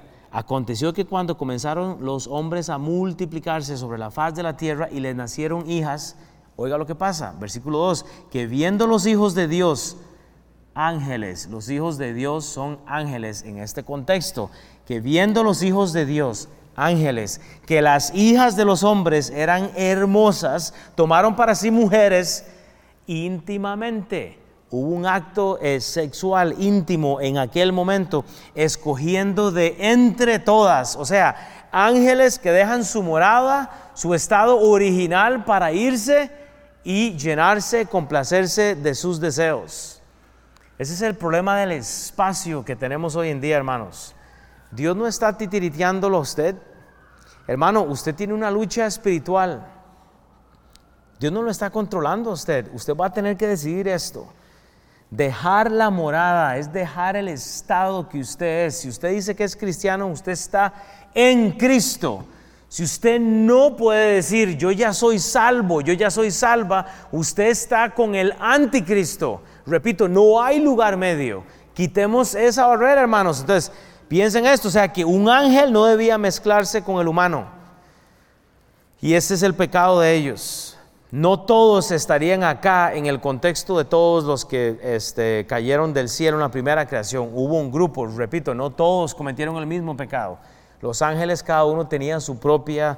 que cuando comenzaron los hombres a multiplicarse sobre la faz de la tierra y les nacieron hijas, oiga lo que pasa, versículo 2, que viendo los hijos de Dios, ángeles, los hijos de Dios son ángeles en este contexto, que viendo los hijos de Dios, ángeles, que las hijas de los hombres eran hermosas, tomaron para sí mujeres íntimamente. Hubo un acto sexual íntimo en aquel momento, escogiendo de entre todas, o sea, ángeles que dejan su morada, su estado original para irse y llenarse, complacerse de sus deseos. Ese es el problema del espacio que tenemos hoy en día, hermanos. Dios no está titiriteándolo a usted. Hermano, usted tiene una lucha espiritual. Dios no lo está controlando a usted. Usted va a tener que decidir esto. Dejar la morada es dejar el estado que usted es. Si usted dice que es cristiano, usted está en Cristo. Si usted no puede decir, yo ya soy salvo, yo ya soy salva, usted está con el anticristo. Repito, no hay lugar medio. Quitemos esa barrera, hermanos. Entonces, piensen esto, o sea, que un ángel no debía mezclarse con el humano. Y ese es el pecado de ellos. No todos estarían acá en el contexto de todos los que cayeron del cielo en la primera creación. Hubo un grupo, repito, no todos cometieron el mismo pecado. Los ángeles, cada uno tenía su propia,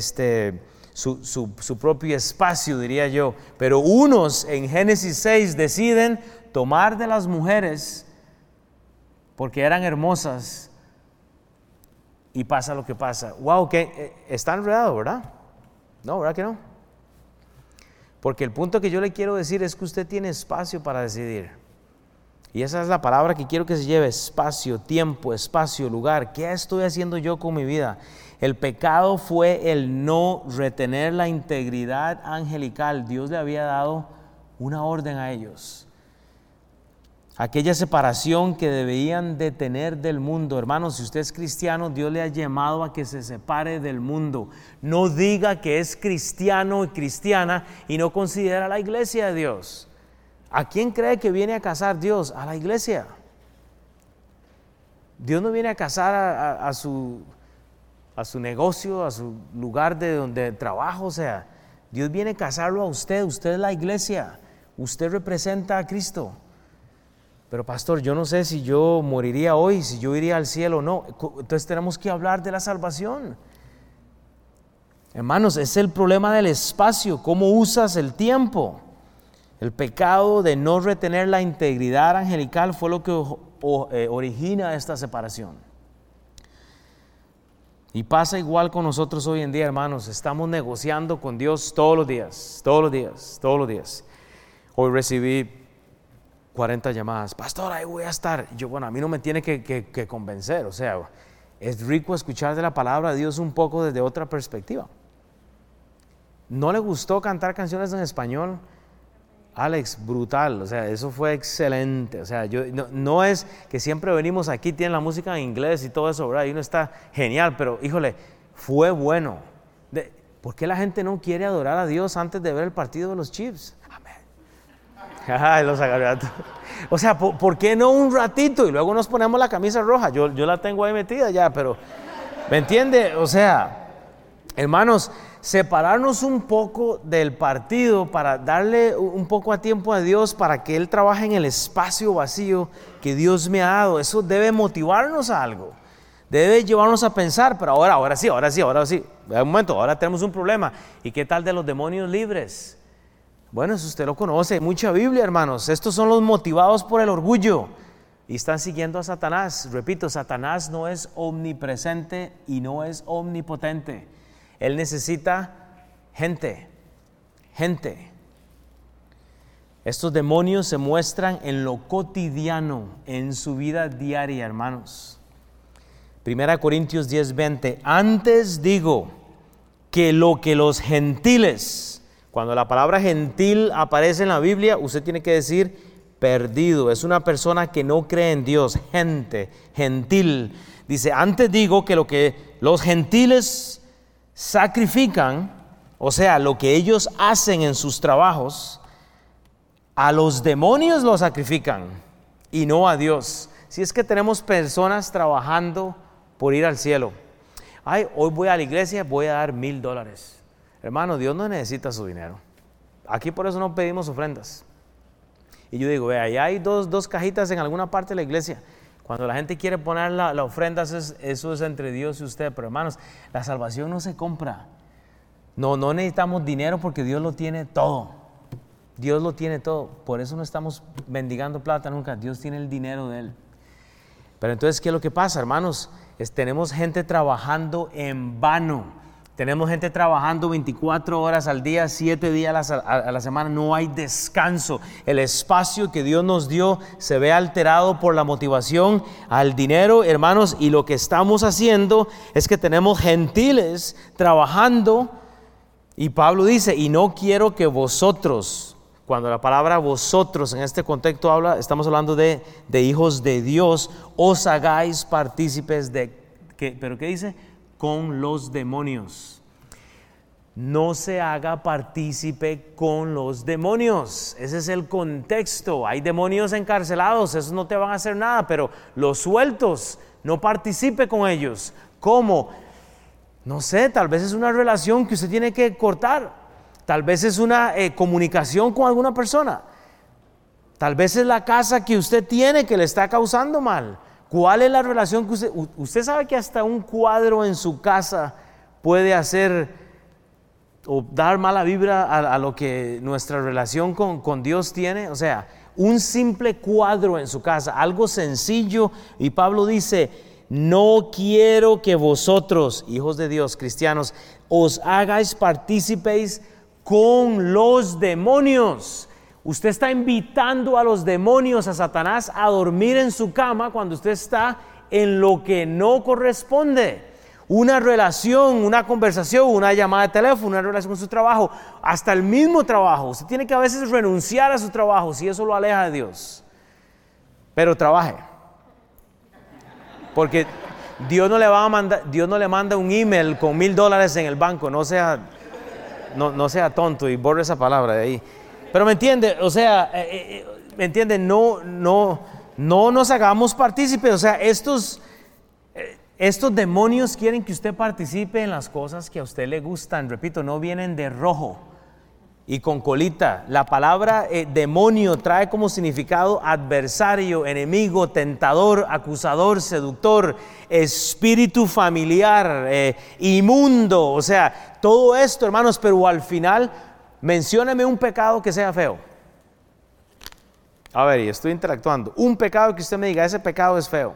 su propio espacio, diría yo. Pero unos en Génesis 6 deciden tomar de las mujeres porque eran hermosas y pasa lo que pasa. Wow, que está enredado, ¿verdad? No, ¿verdad que no? Porque el punto que yo le quiero decir es que usted tiene espacio para decidir. Y esa es la palabra que quiero que se lleve: espacio, tiempo, espacio, lugar. ¿Qué estoy haciendo yo con mi vida? El pecado fue el no retener la integridad angelical. Dios le había dado una orden a ellos. Aquella separación que debían de tener del mundo. Hermanos, si usted es cristiano, Dios le ha llamado a que se separe del mundo. No diga que es cristiano y cristiana y no considera a la iglesia de Dios. ¿A quién cree que viene a casar Dios? A la iglesia. Dios no viene a casar a su negocio, a su lugar de donde trabajo. O sea, Dios viene a casarlo a usted. Usted es la iglesia. Usted representa a Cristo. Pero pastor, yo no sé si yo moriría hoy, si yo iría al cielo o no. Entonces tenemos que hablar de la salvación. Hermanos, es el problema del espacio. ¿Cómo usas el tiempo? El pecado de no retener la integridad angelical fue lo que origina esta separación. Y pasa igual con nosotros hoy en día, hermanos. Estamos negociando con Dios todos los días, todos los días, todos los días. Hoy recibí 40 llamadas. Pastor, ahí voy a estar. Yo, bueno, a mí no me tiene que convencer. O sea, es rico escuchar de la palabra de Dios un poco desde otra perspectiva. ¿No le gustó cantar canciones en español? Alex, brutal, o sea, eso fue excelente. O sea, no es que siempre venimos aquí, tienen la música en inglés y todo eso, ¿verdad? Y uno está genial, pero híjole, fue bueno. ¿Por qué la gente no quiere adorar a Dios antes de ver el partido de los Chiefs? Amén. Ay, los agarré. O sea, ¿por qué no un ratito? Y luego nos ponemos la camisa roja. Yo la tengo ahí metida ya, pero ¿me entiende? O sea, hermanos, separarnos un poco del partido para darle un poco de tiempo a Dios para que Él trabaje en el espacio vacío que Dios me ha dado. Eso debe motivarnos a algo, debe llevarnos a pensar. Pero ahora sí. Un momento, ahora tenemos un problema. ¿Y qué tal de los demonios libres? Bueno, eso usted lo conoce, hay mucha Biblia, hermanos. Estos son los motivados por el orgullo y están siguiendo a Satanás. Repito, Satanás no es omnipresente y no es omnipotente. Él necesita gente. Estos demonios se muestran en lo cotidiano, en su vida diaria, hermanos. 1 Corintios 10:20. Antes digo que lo que los gentiles, cuando la palabra gentil aparece en la Biblia, usted tiene que decir perdido. Es una persona que no cree en Dios. Gentil. Dice, antes digo que lo que los gentiles sacrifican, o sea, lo que ellos hacen en sus trabajos, a los demonios lo sacrifican y no a Dios. Si es que tenemos personas trabajando por ir al cielo. Ay, hoy voy a la iglesia, voy a dar $1,000. Hermano, Dios no necesita su dinero. Aquí por eso no pedimos ofrendas. Y yo digo, vea, ahí hay dos cajitas en alguna parte de la iglesia. Cuando la gente quiere poner la ofrenda, eso es entre Dios y usted. Pero hermanos, la salvación no se compra. No necesitamos dinero porque Dios lo tiene todo. Dios lo tiene todo. Por eso no estamos mendigando plata nunca. Dios tiene el dinero de Él. Pero entonces, ¿qué es lo que pasa, hermanos? Tenemos gente trabajando en vano. Tenemos gente trabajando 24 horas al día, 7 días a la semana. No hay descanso. El espacio que Dios nos dio se ve alterado por la motivación al dinero, hermanos. Y lo que estamos haciendo es que tenemos gentiles trabajando. Y Pablo dice, y no quiero que vosotros, cuando la palabra vosotros en este contexto habla, estamos hablando de hijos de Dios, os hagáis partícipes de, ¿pero qué dice? Con los demonios. No se haga partícipe con los demonios. Ese es el contexto. Hay demonios encarcelados, esos no te van a hacer nada, pero los sueltos, no participe con ellos. ¿Cómo? No sé, tal vez es una relación que usted tiene que cortar. Tal vez es una comunicación con alguna persona. Tal vez es la casa que usted tiene que le está causando mal. ¿Cuál es la relación que usted sabe que hasta un cuadro en su casa puede hacer o dar mala vibra a lo que nuestra relación con Dios tiene? O sea, un simple cuadro en su casa, algo sencillo. Y Pablo dice, no quiero que vosotros, hijos de Dios, cristianos, os hagáis partícipes con los demonios. Usted está invitando a los demonios, a Satanás, a dormir en su cama cuando usted está en lo que no corresponde. Una relación, una conversación, una llamada de teléfono, una relación con su trabajo, hasta el mismo trabajo. Usted tiene que a veces renunciar a su trabajo si eso lo aleja de Dios. Pero trabaje. Porque Dios no le manda un email con $1,000 en el banco. No sea tonto y borre esa palabra de ahí. Pero me entiende, o sea, me entiende, no nos hagamos partícipes. O sea, estos demonios quieren que usted participe en las cosas que a usted le gustan. Repito, no vienen de rojo y con colita. La palabra demonio trae como significado adversario, enemigo, tentador, acusador, seductor, espíritu familiar, inmundo. O sea, todo esto, hermanos, pero al final, mencióname un pecado que sea feo. A ver, y estoy interactuando. Un pecado que usted me diga, ese pecado es feo.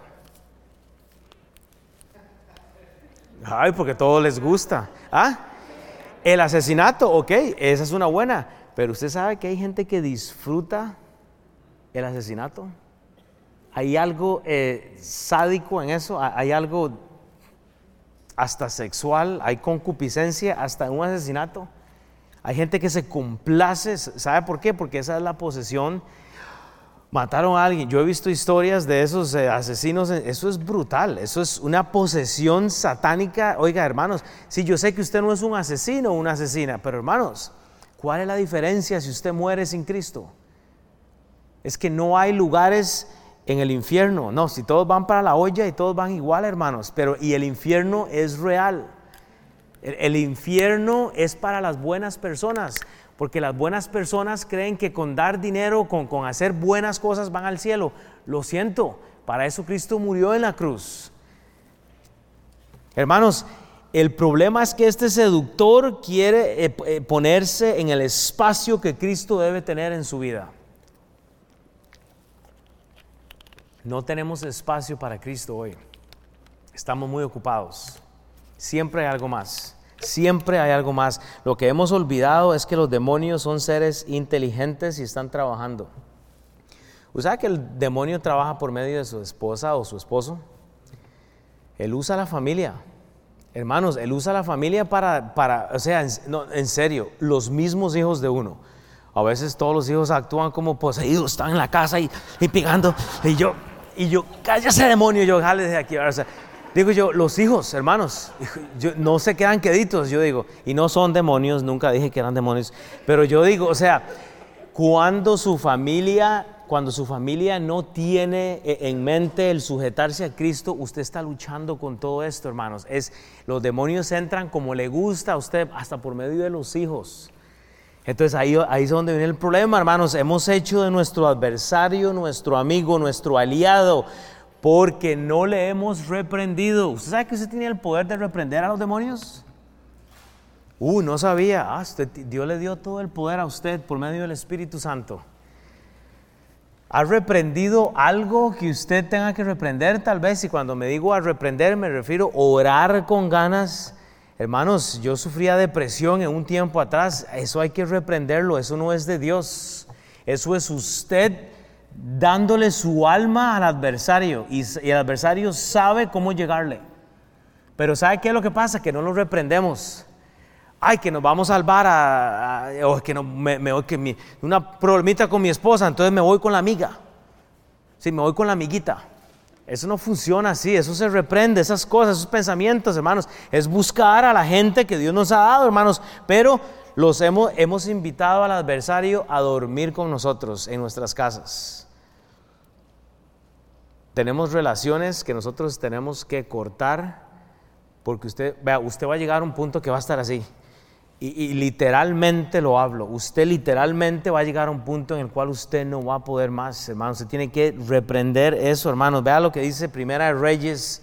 Ay, porque todo les gusta. El asesinato, ok, esa es una buena. Pero usted sabe que hay gente que disfruta el asesinato. Hay algo sádico en eso, hay algo hasta sexual, hay concupiscencia hasta en un asesinato. Hay gente que se complace, ¿sabe por qué? Porque esa es la posesión. Mataron a alguien. Yo he visto historias de esos asesinos. Eso es brutal. Eso es una posesión satánica. Oiga, hermanos, sí, yo sé que usted no es un asesino o una asesina, pero hermanos, ¿cuál es la diferencia si usted muere sin Cristo? Es que no hay lugares en el infierno. No, si todos van para la olla y todos van igual, hermanos. Y el infierno es real. El infierno es para las buenas personas. Porque las buenas personas creen que con dar dinero, con hacer buenas cosas van al cielo. Lo siento, para eso Cristo murió en la cruz. Hermanos, el problema es que este seductor quiere ponerse en el espacio que Cristo debe tener en su vida. No tenemos espacio para Cristo hoy. Estamos muy ocupados. Siempre hay algo más. Siempre hay algo más. Lo que hemos olvidado es que los demonios son seres inteligentes y están trabajando. ¿Usted sabe que el demonio trabaja por medio de su esposa o su esposo? Él usa la familia. Hermanos, él usa la familia para o sea, en serio, los mismos hijos de uno. A veces todos los hijos actúan como poseídos, están en la casa y pegando. Y yo, cállese demonio, yo jale de aquí. O sea, digo yo, los hijos, hermanos, no se quedan queditos, yo digo, y no son demonios, nunca dije que eran demonios, pero yo digo, o sea, cuando su familia no tiene en mente el sujetarse a Cristo, usted está luchando con todo esto, hermanos. Los demonios entran como le gusta a usted, hasta por medio de los hijos. Entonces ahí es donde viene el problema, hermanos. Hemos hecho de nuestro adversario, nuestro amigo, nuestro aliado, porque no le hemos reprendido. ¿Usted sabe que usted tiene el poder de reprender a los demonios? No sabía. Dios le dio todo el poder a usted por medio del Espíritu Santo. ¿Ha reprendido algo que usted tenga que reprender tal vez? Y cuando me digo a reprender me refiero a orar con ganas. Hermanos, yo sufría depresión en un tiempo atrás. Eso hay que reprenderlo, eso no es de Dios. Eso es usted dándole su alma al adversario, y el adversario sabe cómo llegarle. Pero ¿sabe qué es lo que pasa? Que no lo reprendemos. Ay, que nos vamos al bar o que una problemita con mi esposa, entonces me voy con la amiga. Sí, me voy con la amiguita. Eso no funciona así, eso se reprende, esas cosas, esos pensamientos, hermanos. Es buscar a la gente que Dios nos ha dado, hermanos, pero hemos invitado al adversario a dormir con nosotros en nuestras casas. Tenemos relaciones que nosotros tenemos que cortar, porque usted va a llegar a un punto que va a estar así. Y literalmente lo hablo. Usted literalmente va a llegar a un punto en el cual usted no va a poder más, hermanos. Usted tiene que reprender eso, hermanos. Vea lo que dice Primera de Reyes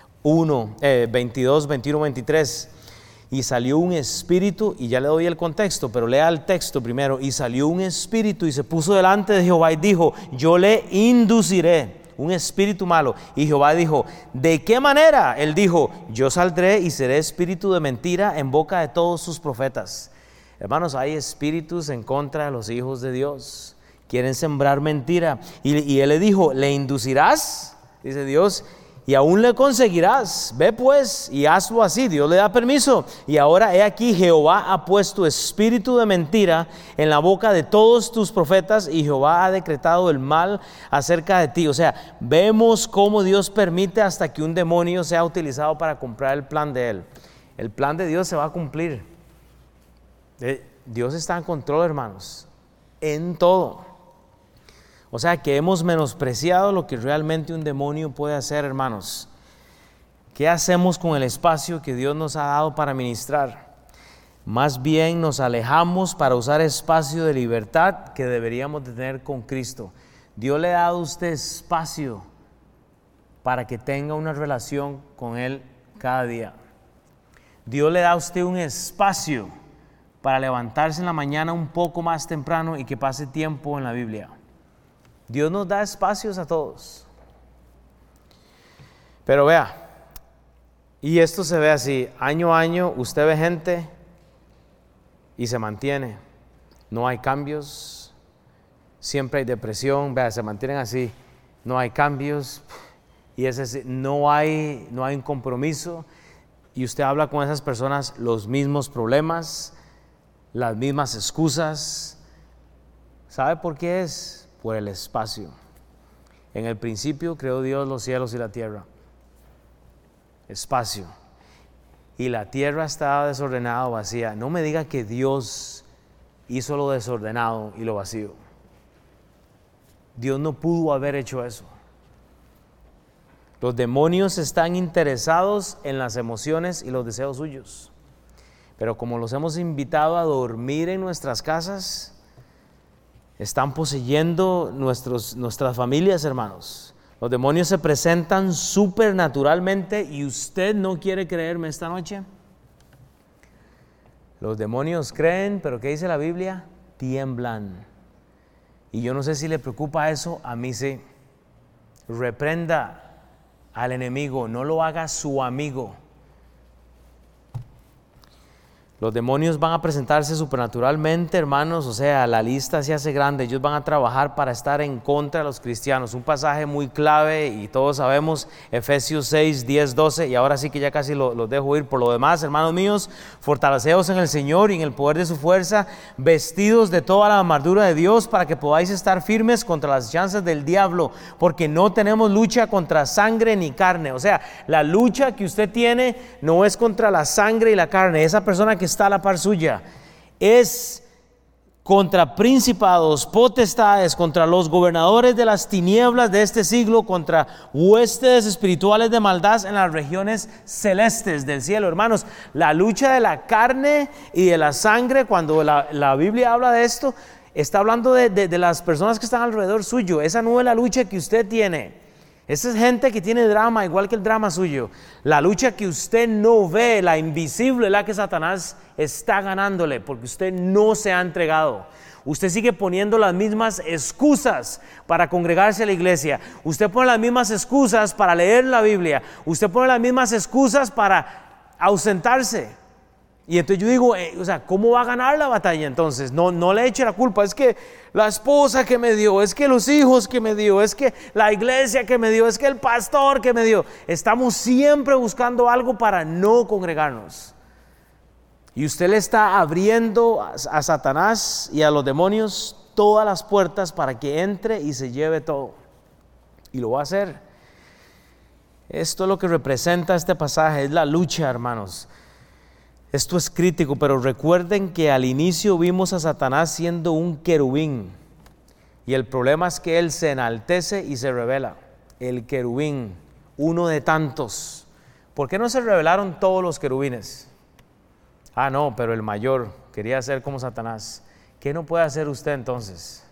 22, 21, 23. Y salió un espíritu, y ya le doy el contexto, pero lea el texto primero. Y salió un espíritu y se puso delante de Jehová y dijo: yo le induciré un espíritu malo. Y Jehová dijo: ¿de qué manera? Él dijo: yo saldré y seré espíritu de mentira en boca de todos sus profetas. Hermanos, hay espíritus en contra de los hijos de Dios. Quieren sembrar mentira. Y él le dijo: ¿le inducirás? Dice Dios. Y aún le conseguirás. Ve pues y hazlo así. Dios le da permiso. Y ahora he aquí, Jehová ha puesto espíritu de mentira en la boca de todos tus profetas, y Jehová ha decretado el mal acerca de ti. O sea, vemos cómo Dios permite hasta que un demonio sea utilizado para comprar el plan de él. El plan de Dios se va a cumplir. Dios está en control, hermanos, en todo. O sea que hemos menospreciado lo que realmente un demonio puede hacer, hermanos. ¿Qué hacemos con el espacio que Dios nos ha dado para ministrar? Más bien nos alejamos para usar espacio de libertad que deberíamos de tener con Cristo. Dios le ha dado a usted espacio para que tenga una relación con Él cada día. Dios le da a usted un espacio para levantarse en la mañana un poco más temprano y que pase tiempo en la Biblia. Dios nos da espacios a todos. Pero vea, y esto se ve así, año a año usted ve gente y se mantiene. No hay cambios, siempre hay depresión, vea, se mantienen así, no hay cambios, y es así, no hay un compromiso, y usted habla con esas personas los mismos problemas, las mismas excusas. ¿Sabe por qué es? Por el espacio. En el principio creó Dios los cielos y la tierra. Espacio. Y la tierra estaba desordenada o vacía. No me diga que Dios hizo lo desordenado y lo vacío. Dios no pudo haber hecho eso. Los demonios están interesados en las emociones y los deseos suyos. Pero como los hemos invitado a dormir en nuestras casas, están poseyendo nuestras familias, hermanos. Los demonios se presentan supernaturalmente, y usted no quiere creerme esta noche. Los demonios creen, pero ¿qué dice la Biblia? Tiemblan. Y yo no sé si le preocupa eso, a mí sí. Reprenda al enemigo, no lo haga su amigo. Los demonios van a presentarse supernaturalmente, hermanos, o sea, la lista se hace grande. Ellos van a trabajar para estar en contra de los cristianos. Un pasaje muy clave, y todos sabemos, Efesios 6, 10, 12, y ahora sí que ya casi los dejo ir. Por lo demás, hermanos míos, fortaleceos en el Señor y en el poder de su fuerza, vestidos de toda la armadura de Dios, para que podáis estar firmes contra las chanzas del diablo, porque no tenemos lucha contra sangre ni carne. O sea, la lucha que usted tiene no es contra la sangre y la carne. Esa persona que está a la par suya es contra principados, potestades, contra los gobernadores de las tinieblas de este siglo, contra huestes espirituales de maldad en las regiones celestes del cielo. Hermanos, la lucha de la carne y de la sangre, cuando la Biblia habla de esto, está hablando de las personas que están alrededor suyo. Esa no es la lucha que usted tiene. Esa es gente que tiene drama igual que el drama suyo. La lucha que usted no ve, la invisible, la que Satanás está ganándole, porque usted no se ha entregado. Usted sigue poniendo las mismas excusas para congregarse a la iglesia. Usted pone las mismas excusas para leer la Biblia. Usted pone las mismas excusas para ausentarse. Y entonces yo digo, o sea, ¿cómo va a ganar la batalla entonces? No le eche la culpa, es que la esposa que me dio, es que los hijos que me dio, es que la iglesia que me dio, es que el pastor que me dio. Estamos siempre buscando algo para no congregarnos. Y usted le está abriendo a Satanás y a los demonios todas las puertas para que entre y se lleve todo. Y lo va a hacer. Esto es lo que representa este pasaje, es la lucha, hermanos. Esto es crítico, pero recuerden que al inicio vimos a Satanás siendo un querubín. Y el problema es que él se enaltece y se revela. El querubín, uno de tantos. ¿Por qué no se revelaron todos los querubines? No, pero el mayor quería ser como Satanás. ¿Qué no puede hacer usted entonces?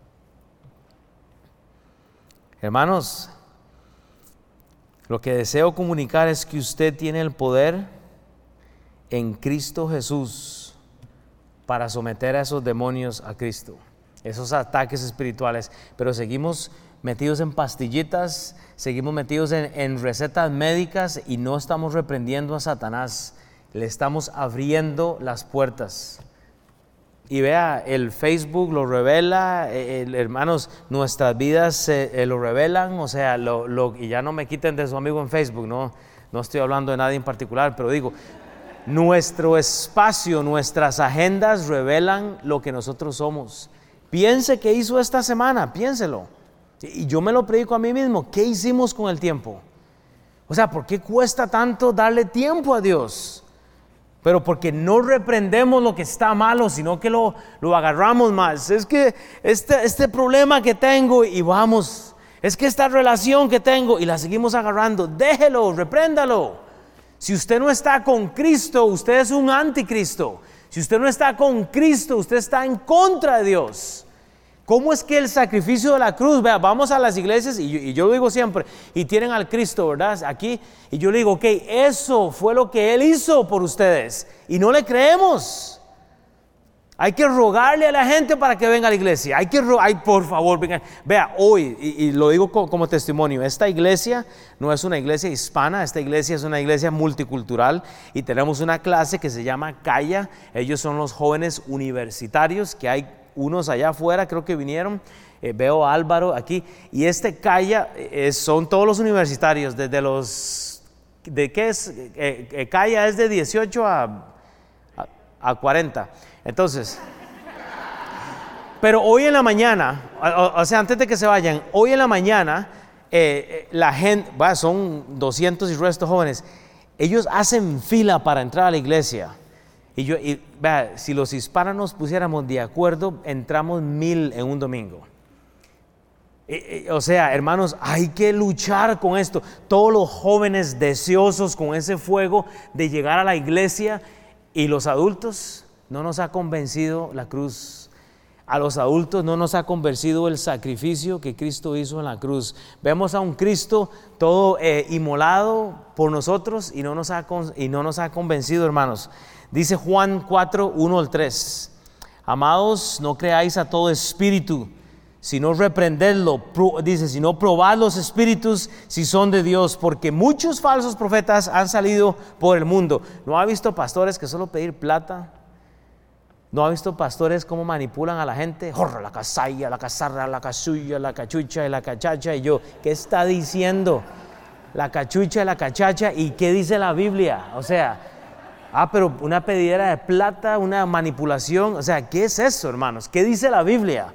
Hermanos, lo que deseo comunicar es que usted tiene el poder en Cristo Jesús para someter a esos demonios a Cristo, esos ataques espirituales, pero seguimos metidos en pastillitas, seguimos metidos en recetas médicas y no estamos reprendiendo a Satanás, le estamos abriendo las puertas. Y vea, el Facebook lo revela, hermanos, nuestras vidas lo revelan, o sea, y ya no me quiten de su amigo en Facebook, no estoy hablando de nadie en particular, pero digo, nuestro espacio, nuestras agendas revelan lo que nosotros somos. Piense qué hizo esta semana, piénselo. Y yo me lo predico a mí mismo, ¿qué hicimos con el tiempo? O sea, ¿por qué cuesta tanto darle tiempo a Dios? Pero porque no reprendemos lo que está malo, sino que lo agarramos más. Es que este problema que tengo y vamos, es que esta relación que tengo y la seguimos agarrando, déjelo, repréndalo. Si usted no está con Cristo, usted es un anticristo. Si usted no está con Cristo, usted está en contra de Dios. ¿Cómo es que el sacrificio de la cruz? Vea, vamos a las iglesias y yo lo digo siempre, y tienen al Cristo, ¿verdad? Aquí, y yo le digo, ok, eso fue lo que Él hizo por ustedes, y no le creemos. Hay que rogarle a la gente para que venga a la iglesia. Por favor, venga. Vea, hoy, y lo digo como testimonio, esta iglesia no es una iglesia hispana, esta iglesia es una iglesia multicultural y tenemos una clase que se llama Calla. Ellos son los jóvenes universitarios, que hay unos allá afuera, creo que vinieron. Veo a Álvaro aquí. Y este Calla son todos los universitarios, desde los... ¿De qué es? Calla es de 18 a 40. Entonces, pero hoy en la mañana, o sea, antes de que se vayan, hoy en la mañana, la gente, son 200 y resto jóvenes, ellos hacen fila para entrar a la iglesia. Si los hispanos nos pusiéramos de acuerdo, entramos 1000 en un domingo. O sea, hermanos, hay que luchar con esto. Todos los jóvenes deseosos con ese fuego de llegar a la iglesia, y los adultos, no nos ha convencido la cruz. A los adultos no nos ha convencido el sacrificio que Cristo hizo en la cruz. Vemos a un Cristo todo inmolado por nosotros y no nos ha convencido, hermanos. Dice Juan 4, 1 al 3. Amados, no creáis a todo espíritu, sino reprendedlo. Dice, sino probad los espíritus si son de Dios, porque muchos falsos profetas han salido por el mundo. ¿No ha visto pastores que solo pedir plata? ¿No ha visto pastores cómo manipulan a la gente? Jorra, la casalla, la casarra, la casulla, la cachucha y la cachacha. Y yo, ¿qué está diciendo? La cachucha y la cachacha. ¿Y qué dice la Biblia? O sea, pero una pedidera de plata, una manipulación. O sea, ¿qué es eso, hermanos? ¿Qué dice la Biblia?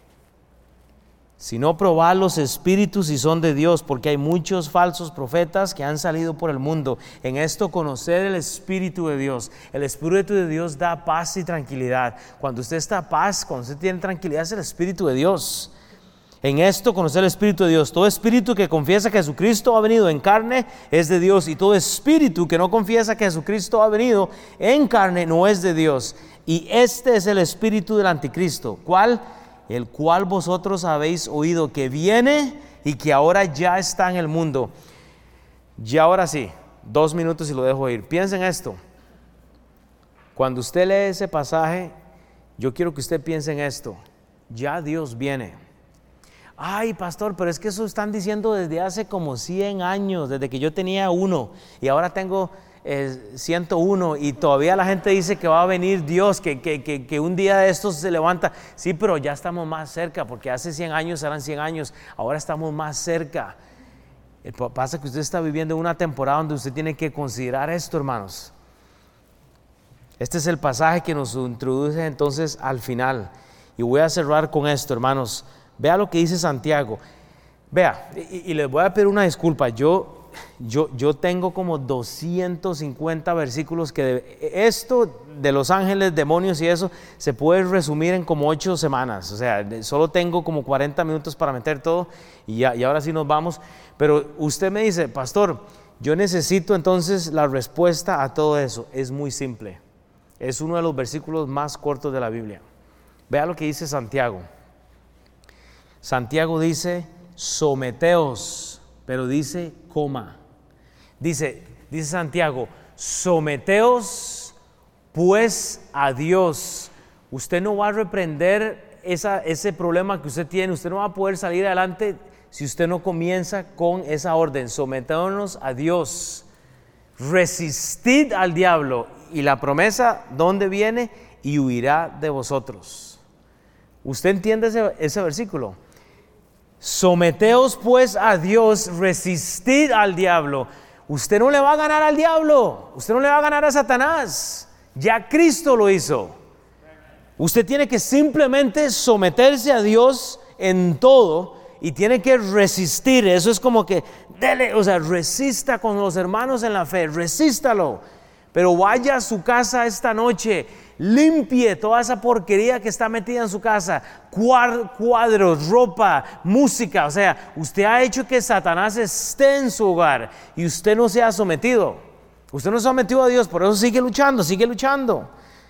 Sino probar los espíritus si son de Dios, porque hay muchos falsos profetas que han salido por el mundo. En esto conocer el Espíritu de Dios. El Espíritu de Dios da paz y tranquilidad. Cuando usted está en paz, cuando usted tiene tranquilidad, es el Espíritu de Dios. En esto conocer el Espíritu de Dios. Todo espíritu que confiesa que Jesucristo ha venido en carne es de Dios, y todo espíritu que no confiesa que Jesucristo ha venido en carne no es de Dios. Y este es el espíritu del anticristo, el cual vosotros habéis oído que viene y que ahora ya está en el mundo. Y ahora sí, 2 minutos y lo dejo ir. Piensen esto. Cuando usted lee ese pasaje, yo quiero que usted piense en esto. Ya Dios viene. Ay, pastor, pero es que eso están diciendo desde hace como 100 años, desde que yo tenía 1 y ahora tengo 101 y todavía la gente dice que va a venir Dios, que un día de estos se levanta. Sí, pero ya estamos más cerca, porque hace 100 años eran 100 años, ahora estamos más cerca. Pasa que usted está viviendo una temporada donde usted tiene que considerar esto, hermanos. Este es el pasaje que nos introduce entonces al final. Y voy a cerrar con esto, hermanos. Vea lo que dice Santiago. Vea, y les voy a pedir una disculpa. Yo tengo como 250 versículos que esto de los ángeles, demonios y eso se puede resumir en como 8 semanas. O sea, solo tengo como 40 minutos para meter todo y ahora sí nos vamos. Pero usted me dice, pastor, yo necesito entonces la respuesta a todo eso. Es muy simple. Es uno de los versículos más cortos de la Biblia. Vea lo que dice Santiago. Santiago dice, someteos, pero dice, coma. Dice Santiago, someteos pues a Dios. Usted no va a reprender ese problema que usted tiene. Usted no va a poder salir adelante si usted no comienza con esa orden. Sometémonos a Dios. Resistid al diablo. Y la promesa, ¿dónde viene? Y huirá de vosotros. ¿Usted entiende ese versículo? Someteos pues a Dios, resistid al diablo. Usted no le va a ganar al diablo, usted no le va a ganar a Satanás. Ya Cristo lo hizo. Usted tiene que simplemente someterse a Dios en todo y tiene que resistir. Eso es como que resista con los hermanos en la fe, resístalo. Pero vaya a su casa esta noche, limpie toda esa porquería que está metida en su casa, cuadros, ropa, música. O sea, usted ha hecho que Satanás esté en su hogar y usted no se ha sometido. Usted no se ha sometido a Dios, por eso sigue luchando, sigue luchando.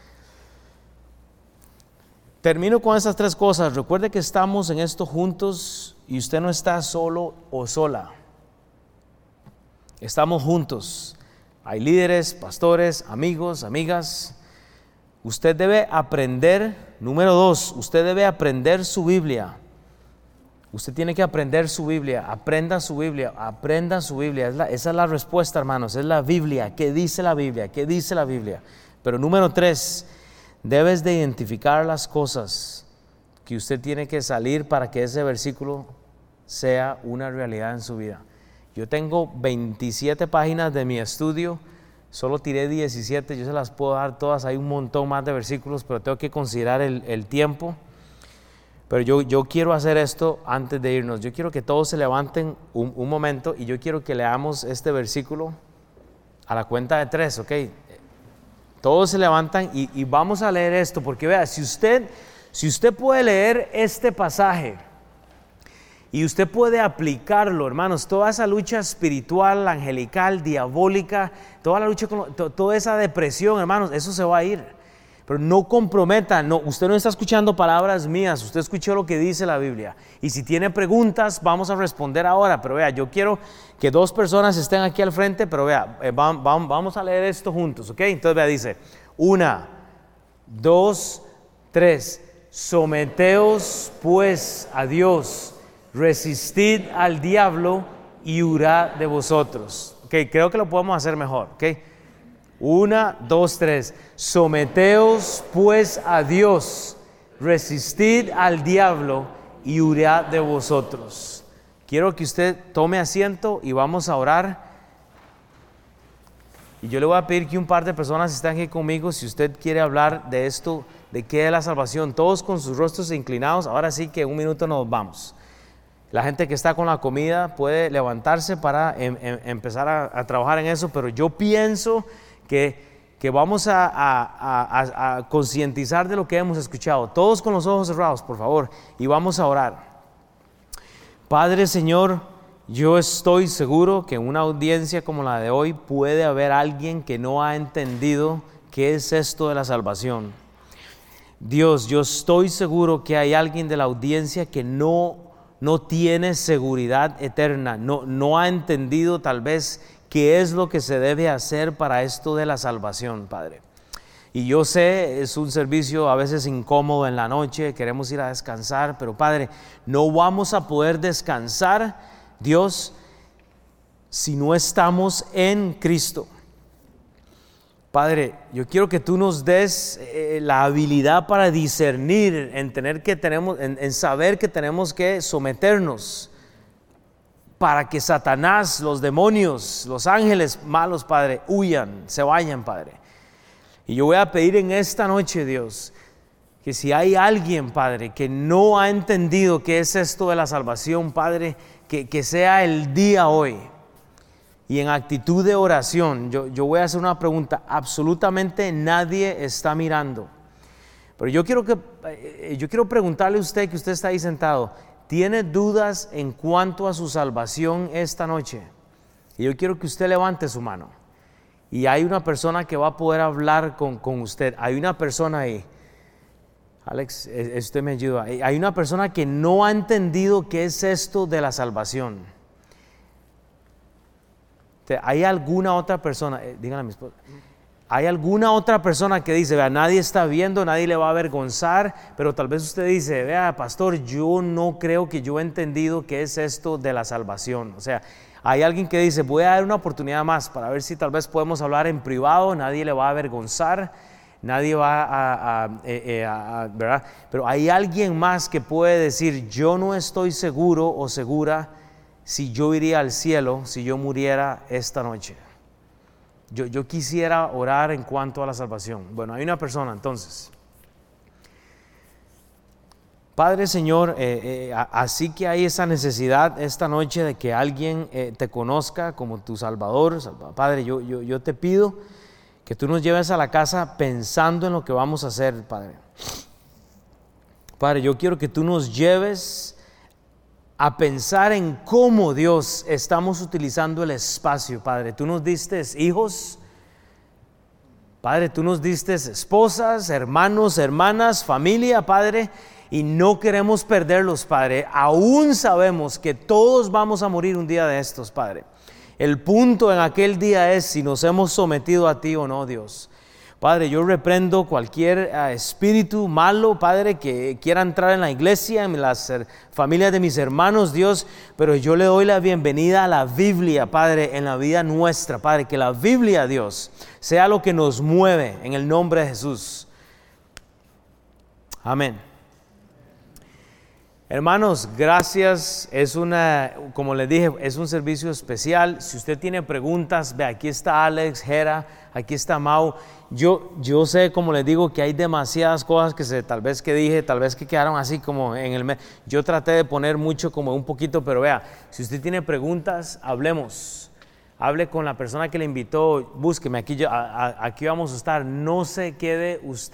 Termino con estas 3 cosas. Recuerde que estamos en esto juntos y usted no está solo o sola. Estamos juntos. Hay líderes, pastores, amigos, amigas. Usted debe aprender, número 2, usted debe aprender su Biblia. Usted tiene que aprender su Biblia. Aprenda su Biblia, aprenda su Biblia. Esa es la respuesta, hermanos, es la Biblia. ¿Qué dice la Biblia? ¿Qué dice la Biblia? Pero número 3, debes de identificar las cosas que usted tiene que salir para que ese versículo sea una realidad en su vida. Yo tengo 27 páginas de mi estudio, solo tiré 17, yo se las puedo dar todas, hay un montón más de versículos, pero tengo que considerar el tiempo. Pero yo quiero hacer esto antes de irnos. Yo quiero que todos se levanten un momento y yo quiero que leamos este versículo a la cuenta de 3, ¿ok? Todos se levantan y vamos a leer esto, porque vea, si usted puede leer este pasaje y usted puede aplicarlo, hermanos, toda esa lucha espiritual, angelical, diabólica, toda la lucha con toda esa depresión, hermanos, eso se va a ir. Pero no comprometa, usted no está escuchando palabras mías, usted escuchó lo que dice la Biblia. Y si tiene preguntas, vamos a responder ahora. Pero vea, yo quiero que 2 personas estén aquí al frente, pero vea, vamos a leer esto juntos, ¿ok? Entonces vea, dice, 1, 2, 3, someteos pues a Dios. Resistid al diablo y huirá de vosotros. Okay, creo que lo podemos hacer mejor. Okay. 1, 2, 3. Someteos pues a Dios. Resistid al diablo y huirá de vosotros. Quiero que usted tome asiento y vamos a orar. Y yo le voy a pedir que un par de personas estén aquí conmigo. Si usted quiere hablar de esto, de qué es la salvación, todos con sus rostros inclinados. Ahora sí que en un minuto nos vamos. La gente que está con la comida puede levantarse para empezar a trabajar en eso, pero yo pienso que vamos a concientizar de lo que hemos escuchado. Todos con los ojos cerrados, por favor, y vamos a orar. Padre, Señor, yo estoy seguro que en una audiencia como la de hoy puede haber alguien que no ha entendido qué es esto de la salvación. Dios, yo estoy seguro que hay alguien de la audiencia que no tiene seguridad eterna, no ha entendido tal vez qué es lo que se debe hacer para esto de la salvación, Padre. Y yo sé, es un servicio a veces incómodo en la noche, queremos ir a descansar, pero Padre, no vamos a poder descansar, Dios, si no estamos en Cristo. Padre, yo quiero que tú nos des la habilidad para discernir, en saber que tenemos que someternos para que Satanás, los demonios, los ángeles malos, Padre, huyan, se vayan, Padre. Y yo voy a pedir en esta noche, Dios, que si hay alguien, Padre, que no ha entendido qué es esto de la salvación, Padre, que sea el día hoy. Y en actitud de oración, yo voy a hacer una pregunta. Absolutamente nadie está mirando. Pero yo quiero preguntarle a usted, que usted está ahí sentado, ¿tiene dudas en cuanto a su salvación esta noche? Y yo quiero que usted levante su mano. Y hay una persona que va a poder hablar con usted. Hay una persona ahí. Alex, usted me ayuda. Hay una persona que no ha entendido qué es esto de la salvación. ¿Hay alguna otra persona? Díganle a mi esposa. ¿Hay alguna otra persona que dice, vea, nadie está viendo, nadie le va a avergonzar, pero tal vez usted dice, vea, pastor, yo no creo que yo he entendido qué es esto de la salvación? O sea, hay alguien que dice, voy a dar una oportunidad más para ver si tal vez podemos hablar en privado, nadie le va a avergonzar, nadie va ¿verdad? Pero hay alguien más que puede decir, yo no estoy seguro o segura si yo iría al cielo si yo muriera esta noche. Yo quisiera orar en cuanto a la salvación. Bueno, hay una persona entonces. Padre, Señor, así que hay esa necesidad esta noche de que alguien te conozca como tu Salvador. Padre, yo te pido que tú nos lleves a la casa pensando en lo que vamos a hacer, Padre. Padre, yo quiero que tú nos lleves a pensar en cómo, Dios, estamos utilizando el espacio, Padre. Tú nos diste hijos, Padre, tú nos diste esposas, hermanos, hermanas, familia, Padre, y no queremos perderlos, Padre. Aún sabemos que todos vamos a morir un día de estos, Padre. El punto en aquel día es si nos hemos sometido a ti o no, Dios. Padre, yo reprendo cualquier espíritu malo, Padre, que quiera entrar en la iglesia, en las familias de mis hermanos, Dios, pero yo le doy la bienvenida a la Biblia, Padre, en la vida nuestra, Padre, que la Biblia, Dios, sea lo que nos mueve en el nombre de Jesús. Amén. Hermanos, gracias. Como les dije, es un servicio especial. Si usted tiene preguntas, ve, aquí está Alex, Jera, aquí está Mau. Yo sé, como les digo, que hay demasiadas cosas que tal vez que dije, tal vez que quedaron así como en el medio. Yo traté de poner mucho como un poquito, pero vea, si usted tiene preguntas, hablemos. Hable con la persona que le invitó, búsqueme, aquí vamos a estar. No se quede usted